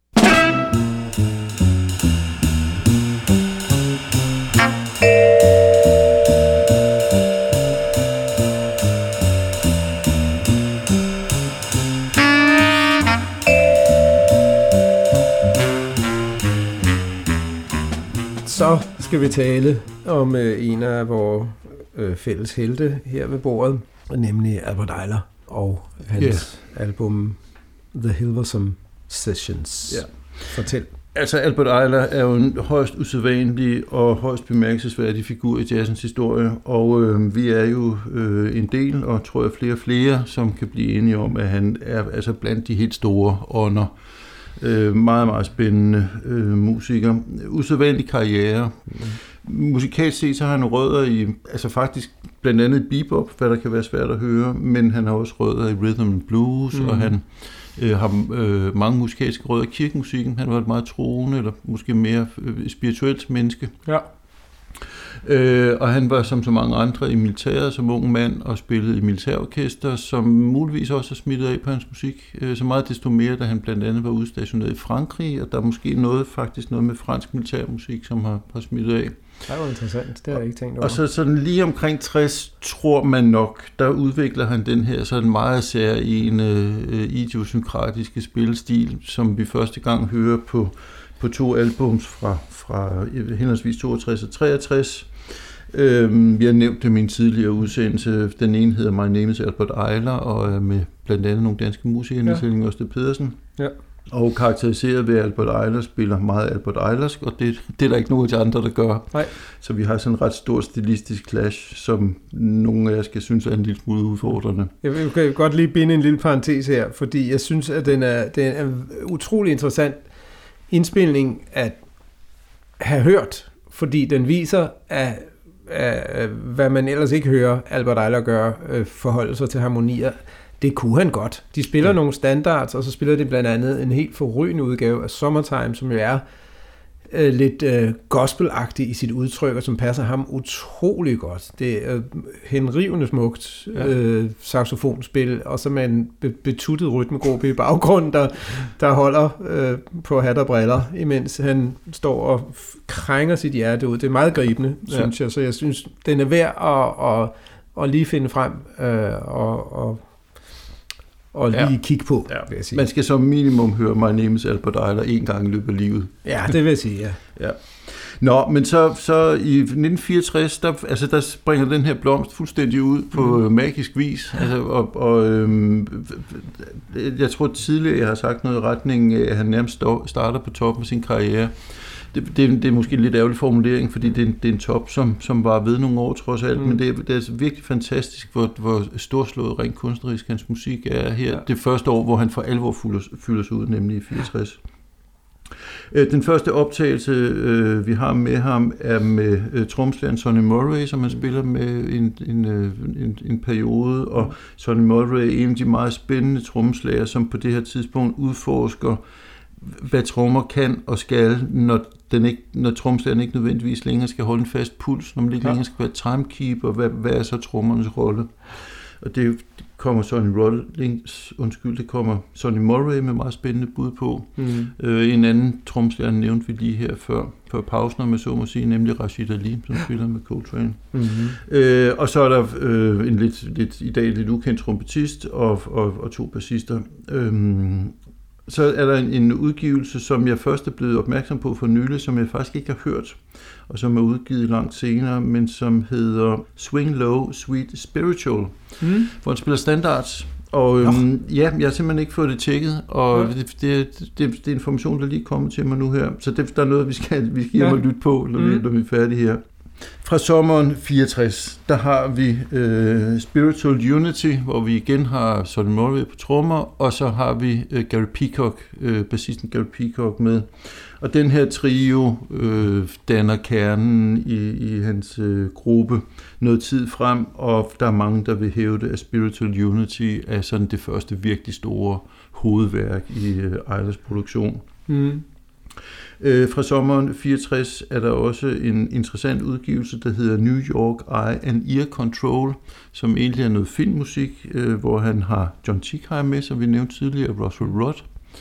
Så skal vi tale om en af vores fælles helte her ved bordet, nemlig Albert Ayler og hans album The Hilversum Sessions. Ja. Fortæl. Altså Albert Ayler er jo en højst usædvanlig og højst bemærkelsesværdig figur i jazzens historie, og vi er jo en del, og tror jeg flere, som kan blive enige om, at han er altså blandt de helt store ånder. Meget, meget spændende musiker. Usædvanlig karriere. Musikalsk set, så har han rødder i, altså faktisk blandt andet bebop, hvad der kan være svært at høre, men han har også rødder i rhythm and blues, og han har mange musikalske rødder i kirkemusikken. Han var et meget troende, eller måske mere spirituelt menneske. Ja. Og han var som så mange andre i militæret som ung mand og spillede i militærorkester, som muligvis også har smittet af på hans musik. Så meget desto mere, da han blandt andet var udstationeret i Frankrig, og der er måske faktisk noget med fransk militærmusik, som har smittet af. Det var interessant, det har jeg ikke tænkt over. Og så sådan lige omkring 60, tror man nok, der udvikler han den her sådan meget særlige idiosynkratiske spillestil, som vi første gang hører på 2 albums fra henholdsvis 62 og 63. Vi har nævnt det i min tidligere udsendelse. Den ene hedder My Name is Albert Ayler, og med blandt andet nogle danske musikere, Niels Helling Ørsted Pedersen. Ja. Og karakteriseret ved, at Albert Ayler spiller meget Albert Aylersk, og det er der ikke nogen af de andre, der gør. Nej. Så vi har sådan en ret stor stilistisk clash, som nogle af jer skal synes er en lille smule udfordrende. Jeg vil godt lige binde en lille parentes her, fordi jeg synes, at den er utrolig interessant indspilning at have hørt, fordi den viser, at hvad man ellers ikke hører Albert Ayler gøre, forholde sig til harmonier. Det kunne han godt. De spiller nogle standards, og så spiller de blandt andet en helt forrygende udgave af Summertime, som jo er lidt gospelagtig i sit udtryk, og som passer ham utrolig godt. Det er henrivende smukt saxofonspil, og så med en betuttet rytmegruppe i baggrunden, der holder på hat og briller, imens han står og krænger sit hjerte ud. Det er meget gribende, synes jeg, så jeg synes, den er værd at lige finde frem og lige kigge på, vil jeg sige. Man skal som minimum høre My Name is Albert Ayler en gang i løbet af livet. Ja, det vil jeg sige, ja. Nå, men så i 1964, der springer den her blomst fuldstændig ud på magisk vis. Altså, jeg tror tidligere, jeg har sagt noget i retning af, at han nærmest starter på toppen af sin karriere. Det er måske en lidt ærgerlig formulering, fordi det er en top, som var ved nogle år trods alt, men det er altså virkelig fantastisk, hvor storslået rent kunstnerisk hans musik er her. Ja. Det første år, hvor han for alvor fylder sig ud, nemlig i 64. Den første optagelse, vi har med ham, er med tromslageren Sonny Murray, som han spiller med en periode, og Sonny Murray er en af de meget spændende tromslager, som på det her tidspunkt udforsker, hvad trommer kan og skal, når tromslageren ikke nødvendigvis længere skal holde en fast puls, når man ikke længere skal være timekeeper, hvad er så trommernes rolle? Og det kommer det kommer Sonny Murray med meget spændende bud på. En anden tromslager nævnte vi lige her før pausen, om jeg så må sige, nemlig Rashid Ali, som spiller med Coltrane. Og så er der en i dag lidt ukendt trompetist og 2 bassister. Så er der en udgivelse, som jeg først er blevet opmærksom på for nylig, som jeg faktisk ikke har hørt, og som er udgivet langt senere, men som hedder Swing Low, Sweet Spiritual, hvor han spiller standards. Og ja, jeg har simpelthen ikke fået det tjekket, og det er information, der lige er kommet til mig nu her. Så der er noget, vi skal hjem og lytte på, når vi er færdige her. Fra sommeren 64, der har vi Spiritual Unity, hvor vi igen har Sonny Murray på trommer, og så har vi Gary Peacock, bassisten Gary Peacock med. Og den her trio danner kernen i hans gruppe noget tid frem, og der er mange, der vil hævde, at Spiritual Unity er sådan det første virkelig store hovedværk i Eilers produktion. Fra sommeren 64 er der også en interessant udgivelse, der hedder New York Eye and Ear Control, som egentlig er noget filmmusik, hvor han har John Tichai med, som vi nævnte tidligere, Russell Rudd.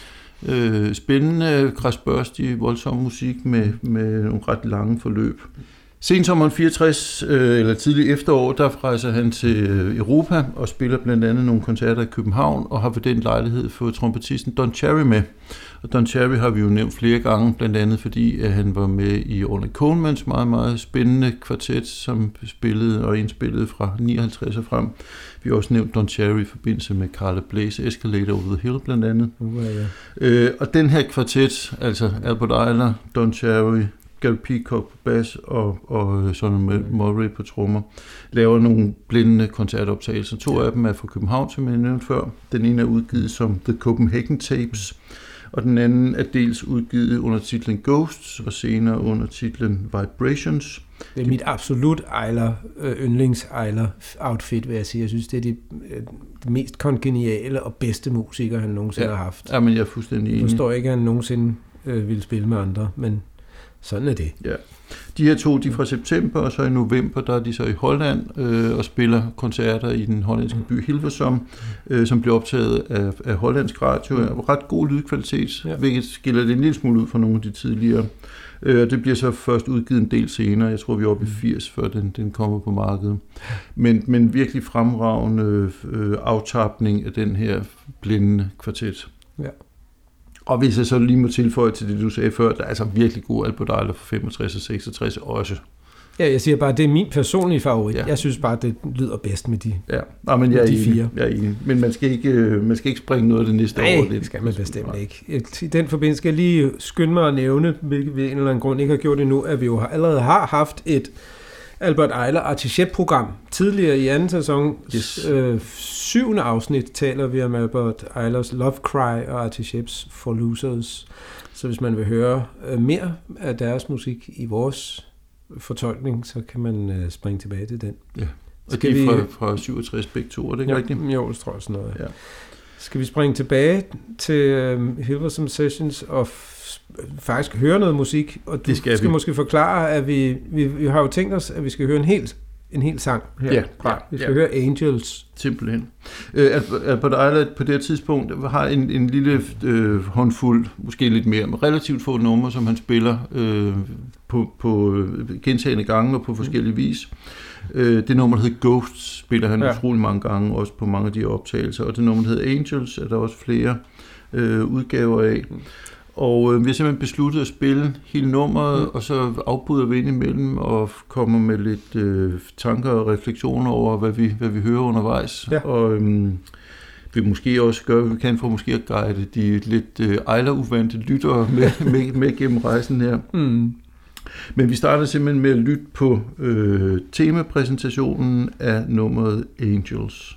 Spændende, krasbørstig, voldsom musik med nogle ret lange forløb. Sensommeren 64, eller tidlig efterår, der rejser han til Europa og spiller blandt andet nogle koncerter i København, og har ved den lejlighed fået trompetisten Don Cherry med. Og Don Cherry har vi jo nævnt flere gange, blandt andet fordi at han var med i Ornette Colemans meget, meget spændende kvartet, som spillede og indspillede fra 59 og frem. Vi har også nævnt Don Cherry i forbindelse med Carla Bley's Escalator Over the Hill blandt andet. Og den her kvartet, altså Albert Eiler, Don Cherry, Gary Peacock på bas og Sonny Murray på trommer, laver nogle blindende koncertoptagelser. 2 af dem er fra København, som jeg nævnte før. Den ene er udgivet som The Copenhagen Tapes, og den anden er dels udgivet under titlen Ghosts, og senere under titlen Vibrations. Det er mit absolut yndlings Eiler-outfit, vil jeg sige. Jeg synes, det er det mest kongeniale og bedste musiker, han nogensinde har haft. Ja, men jeg er fuldstændig enig. Jeg forstår ikke, at han nogensinde ville spille med andre, men sådan er det. Ja. De her 2, de er fra september, og så i november, der er de så i Holland og spiller koncerter i den hollandske by Hilversum, som bliver optaget af hollandsk radio. Ret god lydkvalitet, hvilket skiller det en lille smule ud fra nogle af de tidligere. Det bliver så først udgivet en del senere. Jeg tror, vi er oppe i 80, før den kommer på markedet. Men virkelig fremragende aftapning af den her blindende kvartet. Ja. Og hvis jeg så lige må tilføje til det, du sagde før, der er altså virkelig god Albert Eiler fra 65 og 66 også. Ja, jeg siger bare, det er min personlige favorit. Ja. Jeg synes bare, det lyder bedst med de, men jeg er de 4. Jeg er enig. Men man skal ikke springe noget af det næste år. Nej, det skal man bestemt ikke. I den forbindelse skal jeg lige skynde mig at nævne, hvilket vi en eller anden grund ikke har gjort endnu, at vi jo allerede har haft et Albert Eiler Artichep-program. Tidligere i anden sæson, 7. afsnit, taler vi om Albert Eilers Love Cry og Articheps For Losers. Så hvis man vil høre mere af deres musik i vores fortolkning, så kan man springe tilbage til den. Ja. Og det er fra 67 begge 2, er det ikke rigtigt? Jo, det tror jeg sådan noget. Ja. Skal vi springe tilbage til Hilversum Sessions og faktisk høre noget musik, og du skal måske forklare, at vi har jo tænkt os, at vi skal høre en hel sang her. Vi skal høre Angels. Simpelthen. Albert Eiler på det her tidspunkt har en lille håndfuld, måske lidt mere, men relativt få numre, som han spiller på gentagende gange og på forskellige vis. Det nummer, der hedder Ghosts, spiller han utrolig mange gange, også på mange af de her optagelser, og det nummer, der hedder Angels, er der også flere udgaver af. Og vi har simpelthen besluttet at spille hele nummeret, og så afbryder vi ind imellem og kommer med lidt tanker og refleksioner over, hvad vi hører undervejs. Ja. Og vi måske også gøre, hvad vi kan for måske at guide de lidt Eiler-uvante lyttere med gennem rejsen her. Men vi starter simpelthen med at lytte på temapræsentationen af nummeret Angels.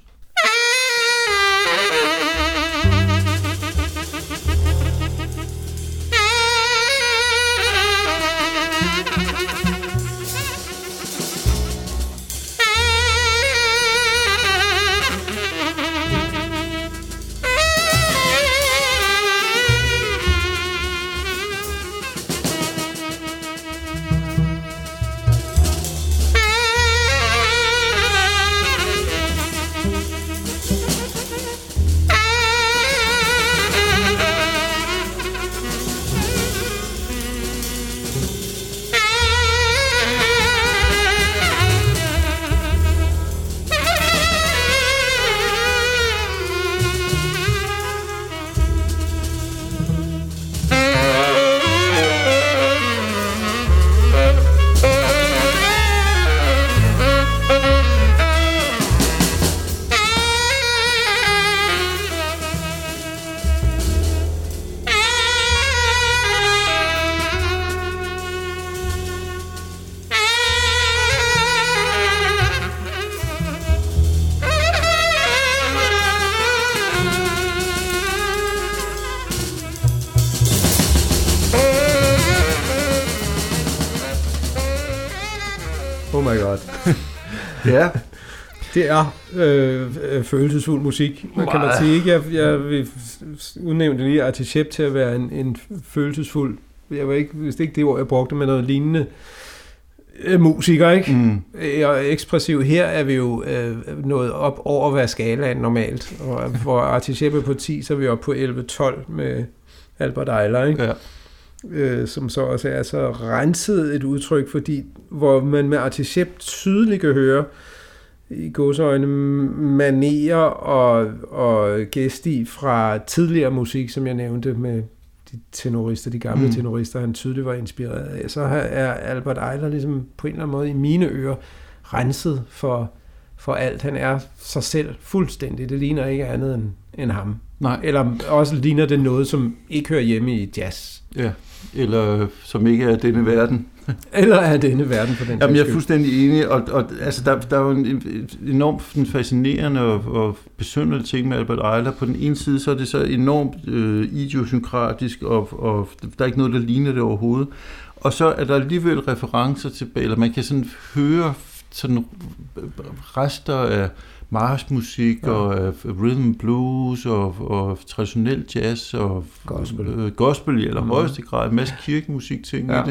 my god. Ja. Det er følelsesfuld musik, kan man sige. Ikke? Jeg vil udnævne lige Artichep til at være en følelsesfuld, jeg var ikke, hvis det ikke det ord, jeg brugte, med noget lignende musiker, ikke? Og ekspressiv. Her er vi jo nået op over, hvad skalaen normalt. Og hvor Artichep er på 10, så er vi oppe på 11-12 med Albert Ayler, ikke? Ja. Som så også er så renset et udtryk, fordi hvor man med Artichep tydeligt kan høre i gåseøjne manerer og gæsti fra tidligere musik, som jeg nævnte med de tenorister, de gamle tenorister, han tydeligt var inspireret af. Så er Albert Ayler ligesom på en eller anden måde i mine ører renset for alt. Han er sig selv fuldstændig. Det ligner ikke andet end ham. Nej. Eller også ligner det noget, som ikke hører hjemme i jazz. Ja, eller som ikke er denne verden. Eller er denne verden på den. Jamen, jeg er fuldstændig enig, og altså, der er jo en enormt fascinerende og besynderlig ting med Albert Ayler. På den ene side, så er det så enormt idiosynkratisk, og der er ikke noget, der ligner det overhovedet. Og så er der alligevel referencer tilbage, eller man kan sådan høre sådan rester af marchmusik og rhythm blues og traditionel jazz og gospel i allerhøjeste grad, en masse kirkemusik ting i det.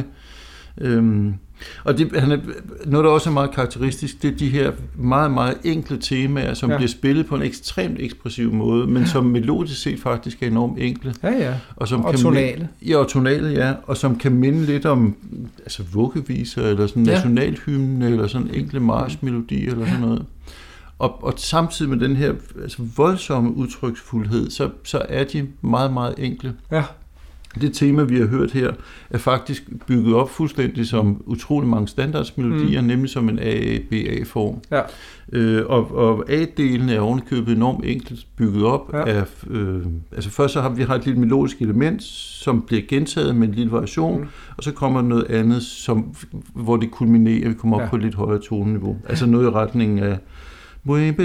Og det, noget, der også er meget karakteristisk, det er de her meget, meget enkle temaer, som bliver spillet på en ekstremt ekspressiv måde, men som melodisk set faktisk er enormt enkle. Og tonale. Og tonale, ja. Og som kan minde lidt om altså vuggeviser, eller sådan nationalhymne, eller sådan enkle marchmelodier, eller sådan noget. Og samtidig med den her altså voldsomme udtryksfuldhed, så er de meget, meget enkle. Ja. Det tema, vi har hørt her, er faktisk bygget op fuldstændig som utrolig mange standardsmelodier, nemlig som en A-A-B-A-form. Ja. Og A-delen er ovenikøbet enormt enkelt bygget op af... altså først så har vi et lille melodisk element, som bliver gentaget med en lille variation, og så kommer noget andet, hvor det kulminerer, vi kommer op på et lidt højere toneniveau. Altså noget i retningen af... Netop.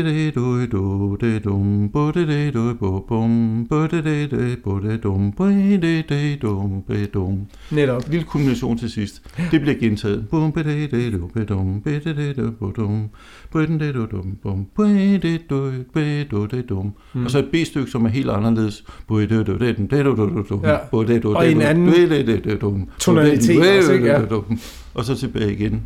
Lille kulmination til sidst. Det bliver gentaget. Og så et B-stykke, som er helt anderledes. Og en anden tonalitet. Og så tilbage igen.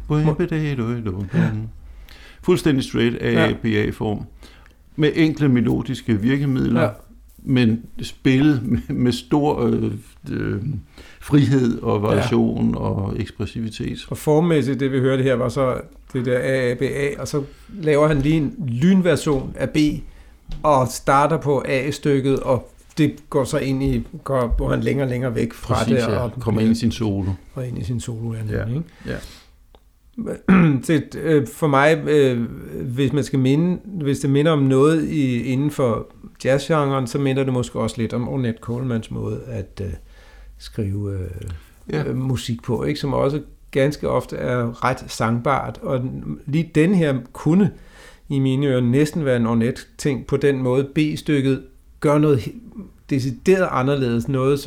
Fuldstændig straight A-A-B-A-form. Med enkle melodiske virkemidler, men spillet med stor frihed og variation og ekspressivitet. Og formmæssigt, det vi hørte her, var så det der A-A-B-A, og så laver han lige en lynversion af B, og starter på A-stykket, og det går så ind i, hvor han længere og længere væk fra det. Og kommer ind i sin solo. Og ind i sin solo, ikke? Ja. For mig, hvis det minder om noget inden for jazzgenren, så minder det måske også lidt om Ornette Colemans måde at skrive musik på, ikke? Som også ganske ofte er ret sangbart, og lige den her kunne i mine ører næsten være en Ornette-ting på den måde. B-stykket gør noget decideret anderledes, noget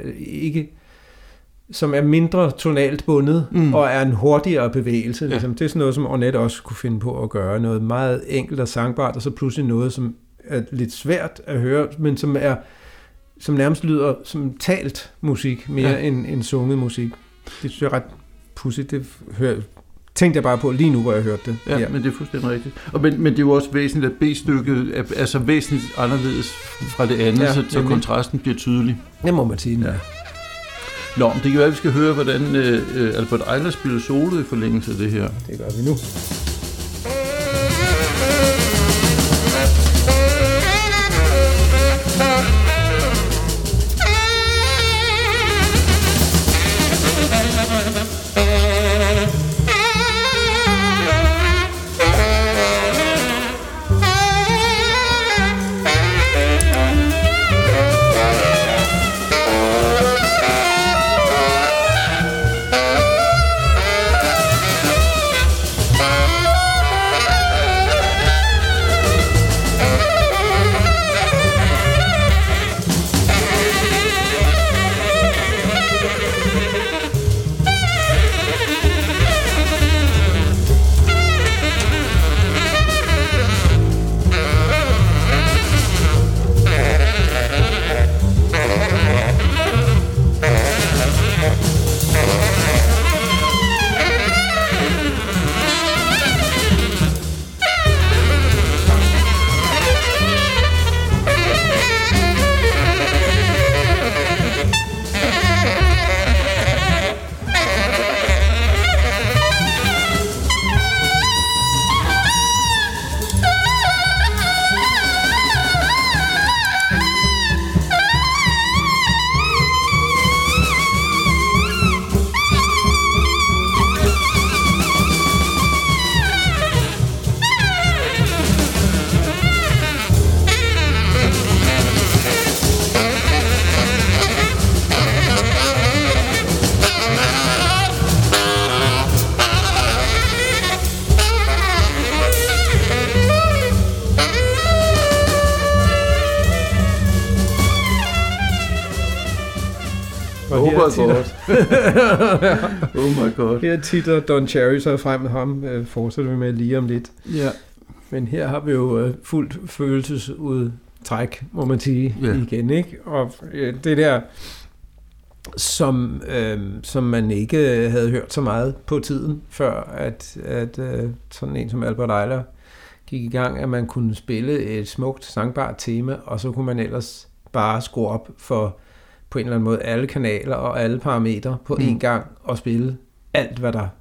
som er mindre tonalt bundet, og er en hurtigere bevægelse. Ja. Ligesom. Det er sådan noget, som Ornette også kunne finde på at gøre. Noget meget enkelt og sangbart, og så pludselig noget, som er lidt svært at høre, men som nærmest lyder som talt musik, mere end sunget musik. Det synes jeg er ret pudsigt. Det tænkte jeg bare på lige nu, hvor jeg hørte det. Ja, men det er fuldstændig rigtigt. Men det er jo også væsentligt, at B-stykket er så væsentligt anderledes fra det andet, så kontrasten bliver tydelig. Det må man sige. Ja. Nå, det kan være, at vi skal høre, hvordan Albert Ayler spiller solo i forlængelse af det her. Det gør vi nu. Bye. Oh my god. Her titter Don Cherry så frem med ham, fortsætter vi med lige om lidt. Ja. Men her har vi jo fuldt følelsesudtræk, må man sige, igen, ikke? Og det der, som man ikke havde hørt så meget på tiden, før at sådan en som Albert Ayler gik i gang, at man kunne spille et smukt, sangbart tema, og så kunne man ellers bare skrue op for på en eller anden måde alle kanaler og alle parametre på én gang og spille alt, hvad der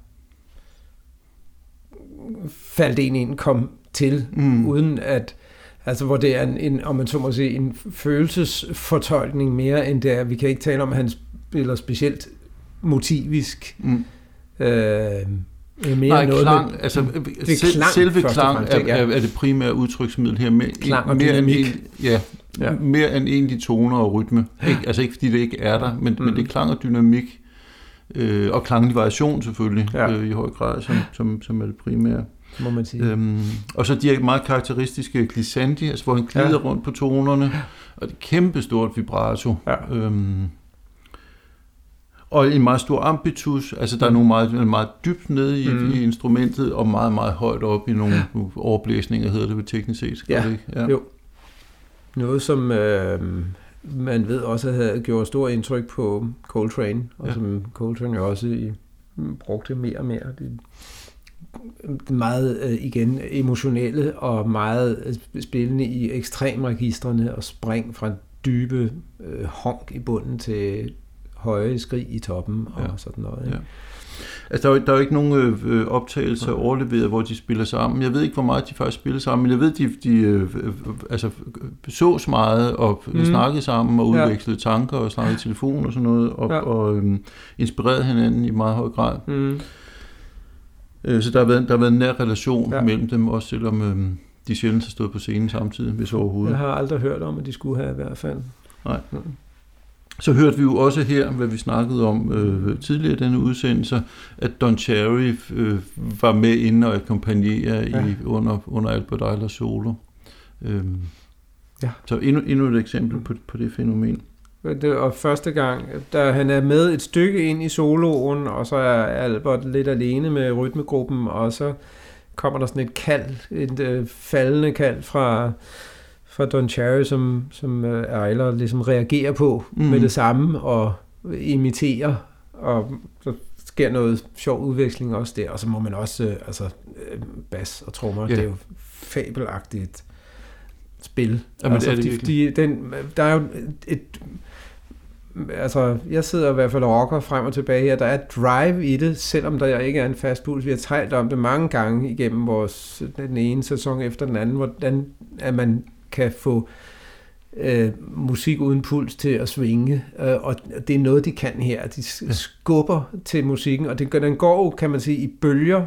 faldt ind kom til, uden at, altså hvor det er en, om man så må sige, en følelsesfortolkning mere end det er. Vi kan ikke tale om, at han spiller specielt motivisk. Nej, noget klang, med, altså det klang, selve klang er det primære udtryksmiddel her. Klang og dynamik. Mere end egentlig toner og rytme. Altså ikke fordi det ikke er der, men det er klang og dynamik, og klanglig variation selvfølgelig, i høj grad, som er det primære. Må man sige. Og så de er meget karakteristiske glissandi, altså hvor han glider rundt på tonerne, og det er kæmpestort vibrato. Og en meget stor ambitus, altså der er nogle meget dybt nede i instrumentet, og meget, meget højt op i nogle overblæsninger, hedder det ved teknisk set. Jo. Noget, som man ved også havde gjort stor indtryk på Coltrane, og som Coltrane jo også brugte mere og mere. Det meget, igen, emotionelle og meget spillende i ekstremregistrene og spring fra dybe honk i bunden til høje skrig i toppen og sådan noget. Ikke? Altså, der er jo ikke nogen optagelser overleveret, hvor de spiller sammen. Jeg ved ikke, hvor meget de faktisk spiller sammen, men jeg ved, de altså, sås meget og snakkede sammen og udvekslede tanker og snakkede i telefon og sådan noget, og inspirerede hinanden i meget høj grad. Så der har været en nær relation mellem dem, også selvom de sjældent har stået på scenen samtidig, hvis overhovedet. Jeg har aldrig hørt om, at de skulle have i hvert fald. Nej. Så hørte vi jo også her, hvad vi snakkede om tidligere i denne udsendelse, at Don Cherry var med inde og akkompagnere under Albert Aylers solo. Så endnu et eksempel på det fænomen. Og første gang, da han er med et stykke ind i soloen, og så er Albert lidt alene med rytmegruppen, og så kommer der sådan et kald, et faldende kald fra Don Cherry, som Ayler ligesom reagerer på med det samme og imiterer, og så sker noget sjov udveksling også der, og så må man også bas og trommer, det er jo fabelagtigt spil. Jamen, altså, der er jo jeg sidder i hvert fald og rocker frem og tilbage her. Der er et drive i det, selvom der ikke er en fast puls. Vi har talt om det mange gange igennem den ene sæson efter den anden, hvordan at man kan få musik uden puls til at svinge, og det er noget, de kan her. De skubber til musikken, og den går, kan man sige, i bølger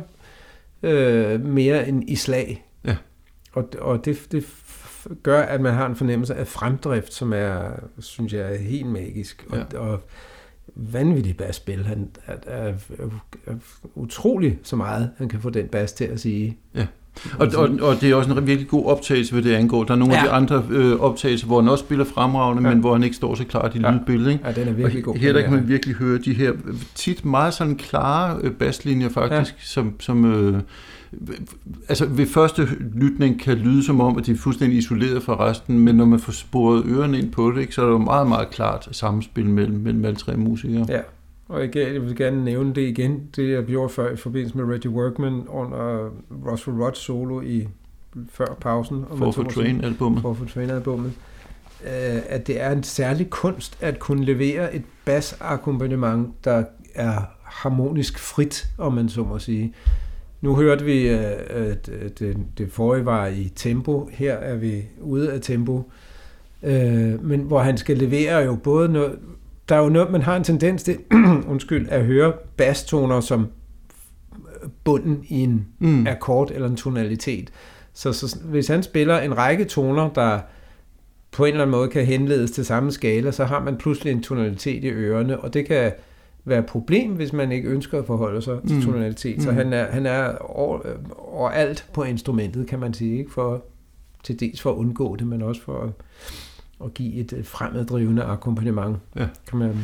mere end i slag. Ja. Og det gør, at man har en fornemmelse af fremdrift, som er, synes jeg, er helt magisk. Og vanvittigt basspil. Han er utrolig så meget, han kan få den bas til at sige. Ja. Og det er også en virkelig god optagelse, hvad det angår. Der er nogle af de andre optagelser, hvor han også spiller fremragende, men hvor han ikke står så klart i lydbilledet. Ja, den er virkelig god. Her der kan man virkelig høre de her tit meget sådan klare baslinjer faktisk, som altså ved første lytning kan lyde som om, at de er fuldstændig isoleret fra resten, men når man får sporet ørerne ind på det, så er det jo meget, meget klart samspil mellem alle tre musikere. Ja. Og jeg vil gerne nævne det igen, det jeg gjorde før i forbindelse med Reggie Workman under Russell Rhodes solo før pausen. For Train-albummet. At det er en særlig kunst at kunne levere et bass-akkompagnement, der er harmonisk frit, om man så må sige. Nu hørte vi, at det forrige var i tempo. Her er vi ude af tempo. Men hvor han skal levere jo både noget. Der er jo noget, man har en tendens til at høre basstoner som bunden i en akkord eller en tonalitet. Så hvis han spiller en række toner, der på en eller anden måde kan henledes til samme skala, så har man pludselig en tonalitet i ørerne, og det kan være et problem, hvis man ikke ønsker at forholde sig til tonalitet. Så han er overalt på instrumentet, kan man sige, ikke? Til dels for at undgå det, men også for at give et fremaddrivende akkompagnement, kan man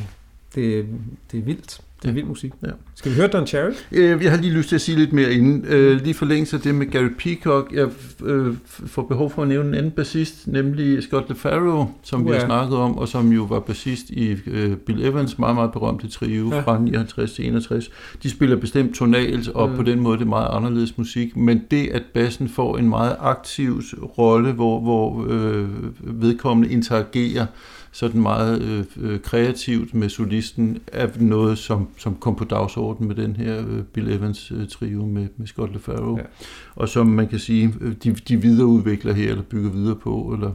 det er vildt. Det er vild musik. Ja. Skal vi høre Don Cherry? Jeg har lige lyst til at sige lidt mere inden. Lige forlængelse af det med Gary Peacock. Jeg får behov for at nævne en anden bassist, nemlig Scott LaFaro, som vi har snakket om, og som jo var bassist i Bill Evans' meget, meget berømte trio fra 59 til 61. De spiller bestemt tonalt, og på den måde det er meget anderledes musik, men det, at bassen får en meget aktiv rolle, hvor vedkommende interagerer sådan meget kreativt med solisten, er noget, som kom på dagsordenen med den her Bill Evans trio med Scott LaFaro. Ja. Og som man kan sige, de videreudvikler her, eller bygger videre på, eller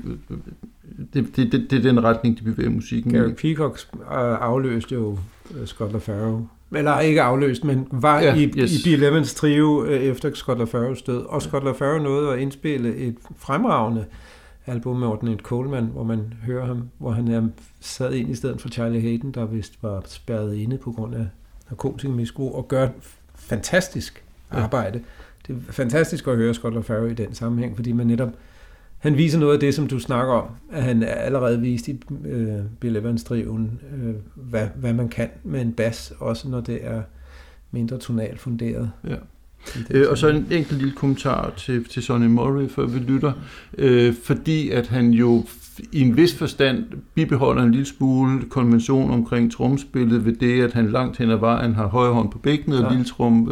det er den retning, de bevæger musikken. Gary Peacock afløste jo Scott LaFaro. Eller ikke afløst, men var i Bill Evans trio efter Scott LaFaros død. Og Scott LaFaro nåede at indspille et fremragende album med Ornette Coleman, hvor man hører ham, hvor han sad ind i stedet for Charlie Hayden, der vist var spærret inde på grund af narkotikamisbrug, og gør fantastisk arbejde. Det er fantastisk at høre Scott LaFaro i den sammenhæng, fordi han viser noget af det, som du snakker om, at han allerede viste i Bill Evans-trioen, hvad man kan med en bas, også når det er mindre tonalt funderet. Ja. Og så en enkelt lille kommentar til Sonny Murray, før vi lytter, fordi at han jo i en vis forstand bibeholder en lille smule konvention omkring tromspillet ved det, at han langt hen ad vejen har højre hånd på bækkenet og lille trum,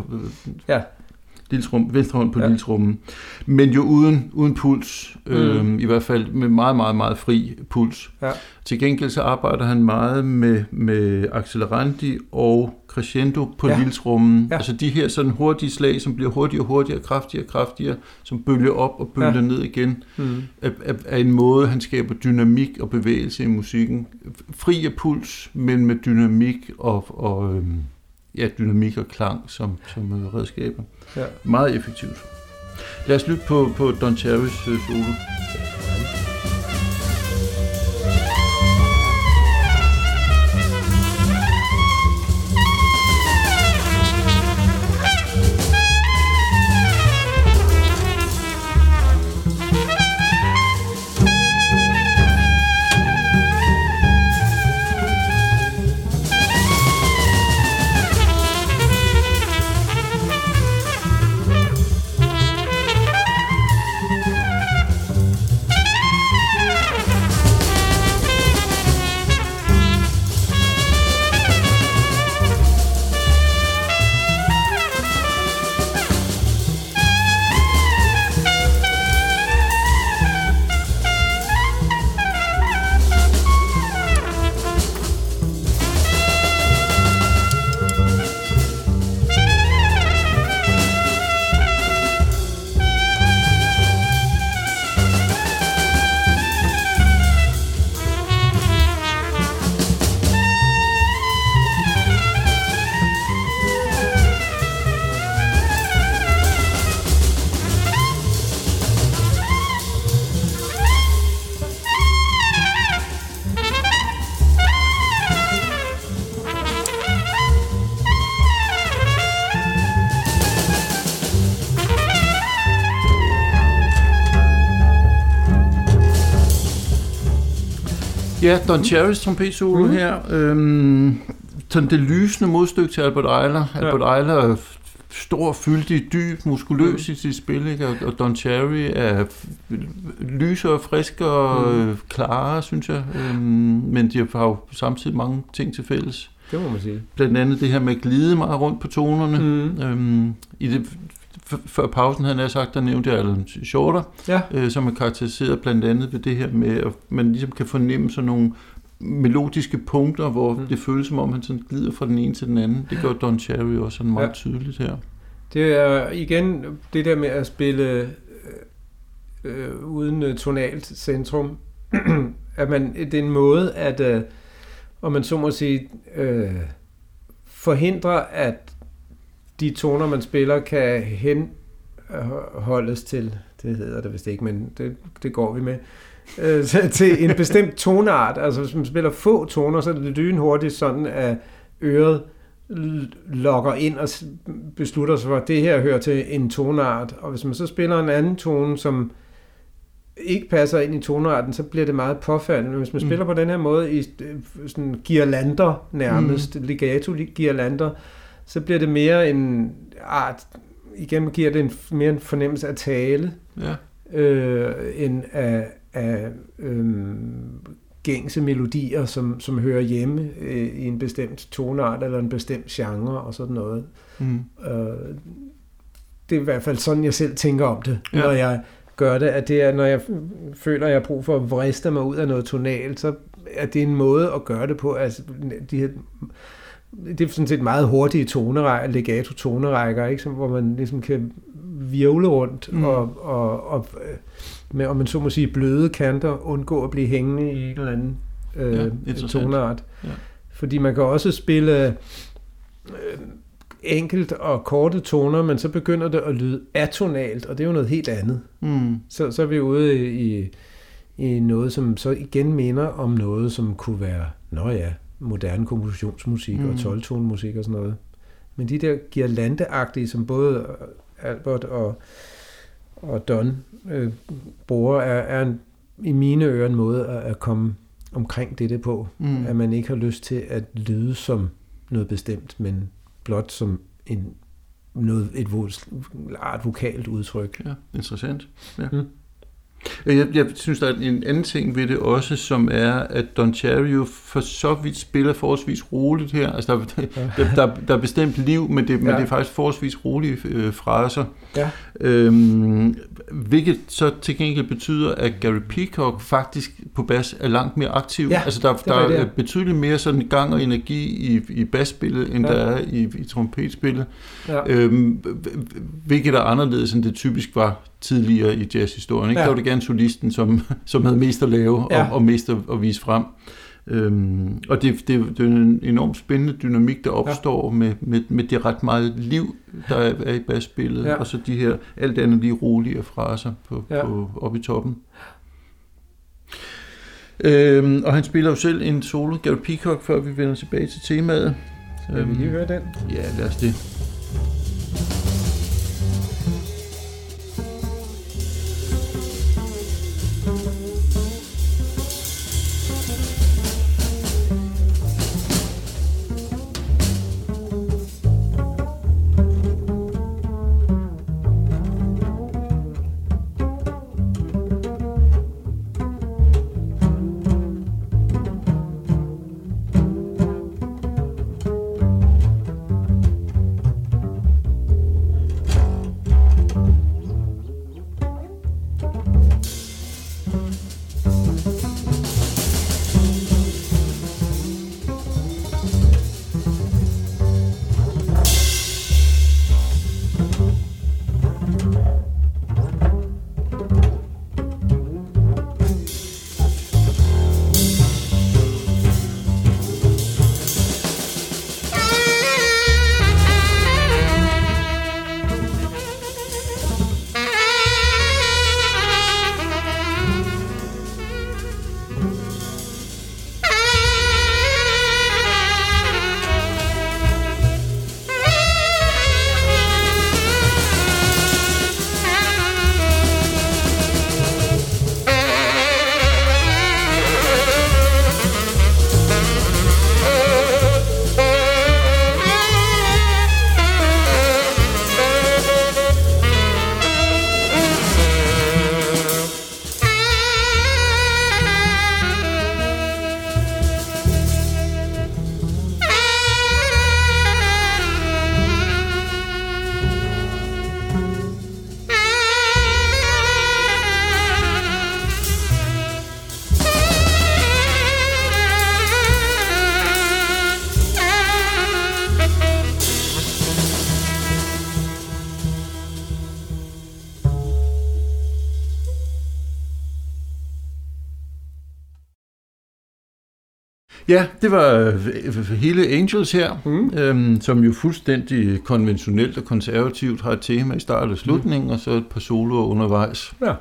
venstre hånd på lille trummen, men jo uden puls, i hvert fald med meget, meget, meget fri puls. Ja. Til gengæld så arbejder han meget med accelerandi og crescendo på lille trummen. Ja. Altså de her sådan hurtige slag, som bliver hurtigere og hurtigere, kraftigere, som bølger op og bølger ned igen, er en måde, han skaber dynamik og bevægelse i musikken. Fri af puls, men med dynamik og dynamik og klang som redskaber. Ja. Meget effektivt. Lad os lytte på Don Cherrys solo. Ja, Don Cherrys trompetsolo her. Sådan det lysende modstykke til Albert Ayler. Albert Ayler er stor, fyldig, dyb, muskuløs i sit spil, ikke? Og Don Cherry er lysere, friskere, klarere, synes jeg. Men de har jo samtidig mange ting til fælles. Det må man sige. Blandt andet det her med at glide meget rundt på tonerne. I det før pausen havde jeg sagt, der nævnte jeg Alan Shorter, som er karakteriseret blandt andet ved det her med, at man ligesom kan fornemme sådan nogle melodiske punkter, hvor det føles som om, han sådan glider fra den ene til den anden. Det gør Don Cherry også sådan meget tydeligt her. Det er igen det der med at spille uden tonalt centrum, at det er en måde at, om man så må sige, forhindre, at de toner, man spiller, kan henholdes til, det hedder det vist ikke, men det går vi med, til en bestemt tonart. Altså hvis man spiller få toner, så er det lynhurtigt sådan, at øret logger ind og beslutter sig for, at det her hører til en tonart. Og hvis man så spiller en anden tone, som ikke passer ind i tonearten, så bliver det meget påfaldende. Hvis man spiller på den her måde i sådan girlander nærmest, legato-girlander, så bliver det mere en art, igen giver det mere en fornemmelse af tale, end af gængse melodier, som hører hjemme i en bestemt toneart eller en bestemt genre og sådan noget. Det er i hvert fald sådan, jeg selv tænker om det, når jeg gør det, at det er, når jeg føler, at jeg har brug for at vriste mig ud af noget tonalt, så er det en måde at gøre det på. Altså, det er sådan set meget hurtige tonerækker, legato-tonerækker, ikke? Hvor man ligesom kan virvle rundt og med, om man så må sige, bløde kanter, undgå at blive hængende i en eller anden toneart. Ja. Fordi man kan også spille enkelt og korte toner, men så begynder det at lyde atonalt, og det er jo noget helt andet. Så er vi ude i noget, som så igen minder om noget, som kunne være, moderne kompositionsmusik og 12-tonemusik og sådan noget. Men de der girlandeagtige, som både Albert og Don bruger, er i mine ører en måde at komme omkring det på. At man ikke har lyst til at lyde som noget bestemt, men blot som et vokalt udtryk. Ja, interessant. Ja. Jeg synes, der er en anden ting ved det også, som er, at Don Cherry jo for så vidt spiller forholdsvis roligt her. Altså, der er bestemt liv, men det er faktisk forholdsvis rolige fraser. Ja. Hvilket så til gengæld betyder, at Gary Peacock faktisk på bas er langt mere aktiv. Ja, altså, der er betydeligt mere sådan gang og energi i basspillet, end der er i trompetspillet. Ja. Hvilket er anderledes, end det typisk var tidligere i jazzhistorien. Ikke? Der var det gerne solisten, som havde mest at lave og mest at vise frem. Og det er en enormt spændende dynamik, der opstår med det ret meget liv, der er i basspillet, og så de her alt andet lige rolige fraser oppe i toppen. Og han spiller jo selv en solo, Gary Peacock, før vi vender tilbage til temaet. Vil vi lige høre den? Ja, lad os det. Ja, det var hele Angels her, som jo fuldstændig konventionelt og konservativt har et tema i start og slutning, og så et par soloer undervejs. Ja,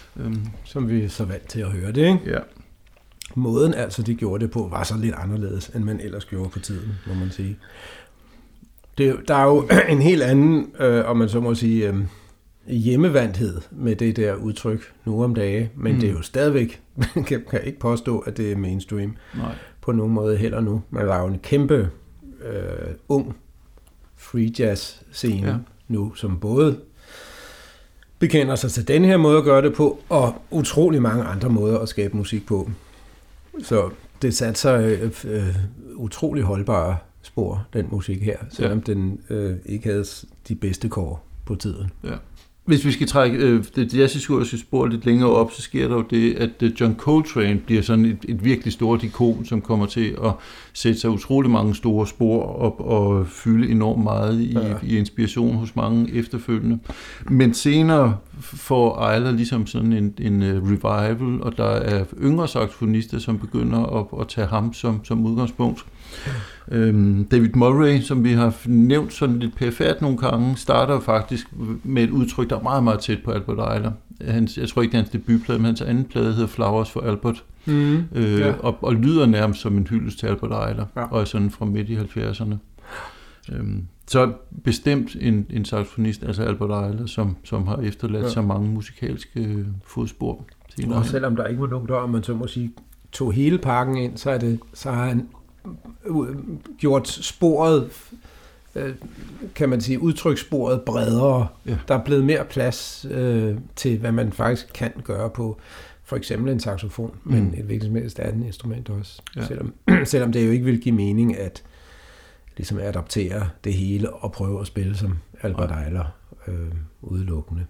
som vi er så vant til at høre det, ikke? Ja. Måden altså, de gjorde det på, var så lidt anderledes, end man ellers gjorde på tiden, må man sige. Der er jo en helt anden, om man så må sige, hjemmevandthed med det der udtryk nu om dage, men det er jo stadigvæk, man kan ikke påstå, at det er mainstream. Nej. På nogen måde heller nu. Man var jo en kæmpe ung free jazz scene nu, som både bekender sig til den her måde at gøre det på, og utrolig mange andre måder at skabe musik på. Så det satte sig utrolig holdbare spor, den musik her, selvom den ikke havde de bedste kår på tiden. Ja. Hvis vi skal trække det jazzhistoriske spor lidt længere op, så sker der jo det, at John Coltrane bliver sådan et virkelig stort ikon, som kommer til at sætte sig utrolig mange store spor op og fylde enormt meget i inspiration hos mange efterfølgende. Men senere får Eiler ligesom sådan en revival, og der er yngre saxofonister, som begynder at tage ham som udgangspunkt. David Murray, som vi har nævnt sådan lidt perifært nogle gange, starter faktisk med et udtryk, der er meget, meget tæt på Albert Eiler. Jeg tror ikke, det er hans debutplade, men hans anden plade hedder Flowers for Albert, og lyder nærmest som en hyldest til Albert Eiler, og er sådan fra midt i 70'erne. Så bestemt en saxofonist, altså Albert Eiler, som har efterladt så mange musikalske fodspor. Og selvom der ikke var nogen der, man så må sige, tog hele pakken ind, så har han gjort sporet, kan man sige, udtrykssporet bredere. Ja. Der er blevet mere plads til, hvad man faktisk kan gøre på for eksempel en saxofon, men et hvilket som helst andet instrument også. Ja. Selvom det jo ikke vil give mening at ligesom adaptere det hele og prøve at spille som Albert Eiler udelukkende.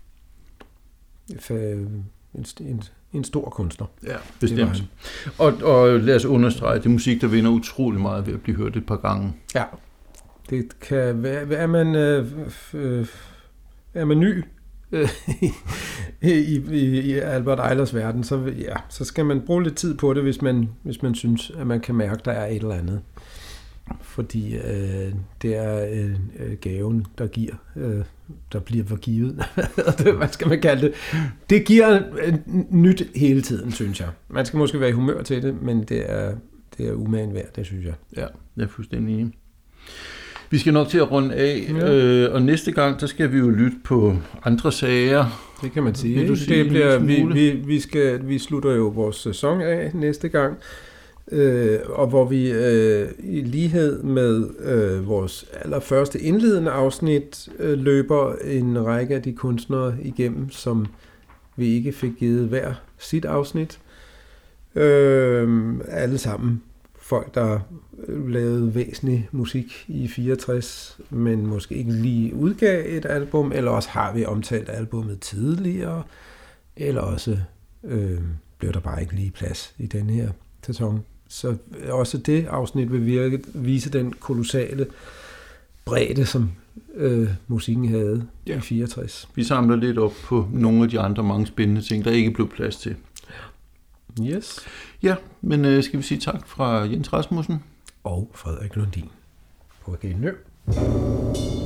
En stor kunstner. Ja, bestemt. Og lad os understrege, det er musik, der vinder utrolig meget ved at blive hørt et par gange. Ja. Det kan være, er man ny i Albert Eilers verden, så skal man bruge lidt tid på det, hvis man synes, at man kan mærke, der er et eller andet. Fordi det er gaven, der bliver forgivet. Hvad skal man kalde det? Det giver nyt hele tiden, synes jeg. Man skal måske være i humør til det, men det er umagen værd, det synes jeg. Ja, jeg er fuldstændig enig. Vi skal nok til at runde af, og næste gang, der skal vi jo lytte på andre sager. Det kan man sige. Det bliver, vi slutter jo vores sæson af næste gang. Og hvor vi i lighed med vores allerførste indledende afsnit løber en række af de kunstnere igennem, som vi ikke fik givet hver sit afsnit. Alle sammen folk, der lavede væsentlig musik i 64, men måske ikke lige udgav et album, eller også har vi omtalt albumet tidligere, eller også blev der bare ikke lige plads i den her sæson. Så også det afsnit vil vise den kolossale bredde, som musikken havde i 64. Vi samler lidt op på nogle af de andre mange spændende ting, der ikke blev plads til. Yes. Ja, men skal vi sige tak fra Jens Rasmussen og Frederik Lundin på genhør.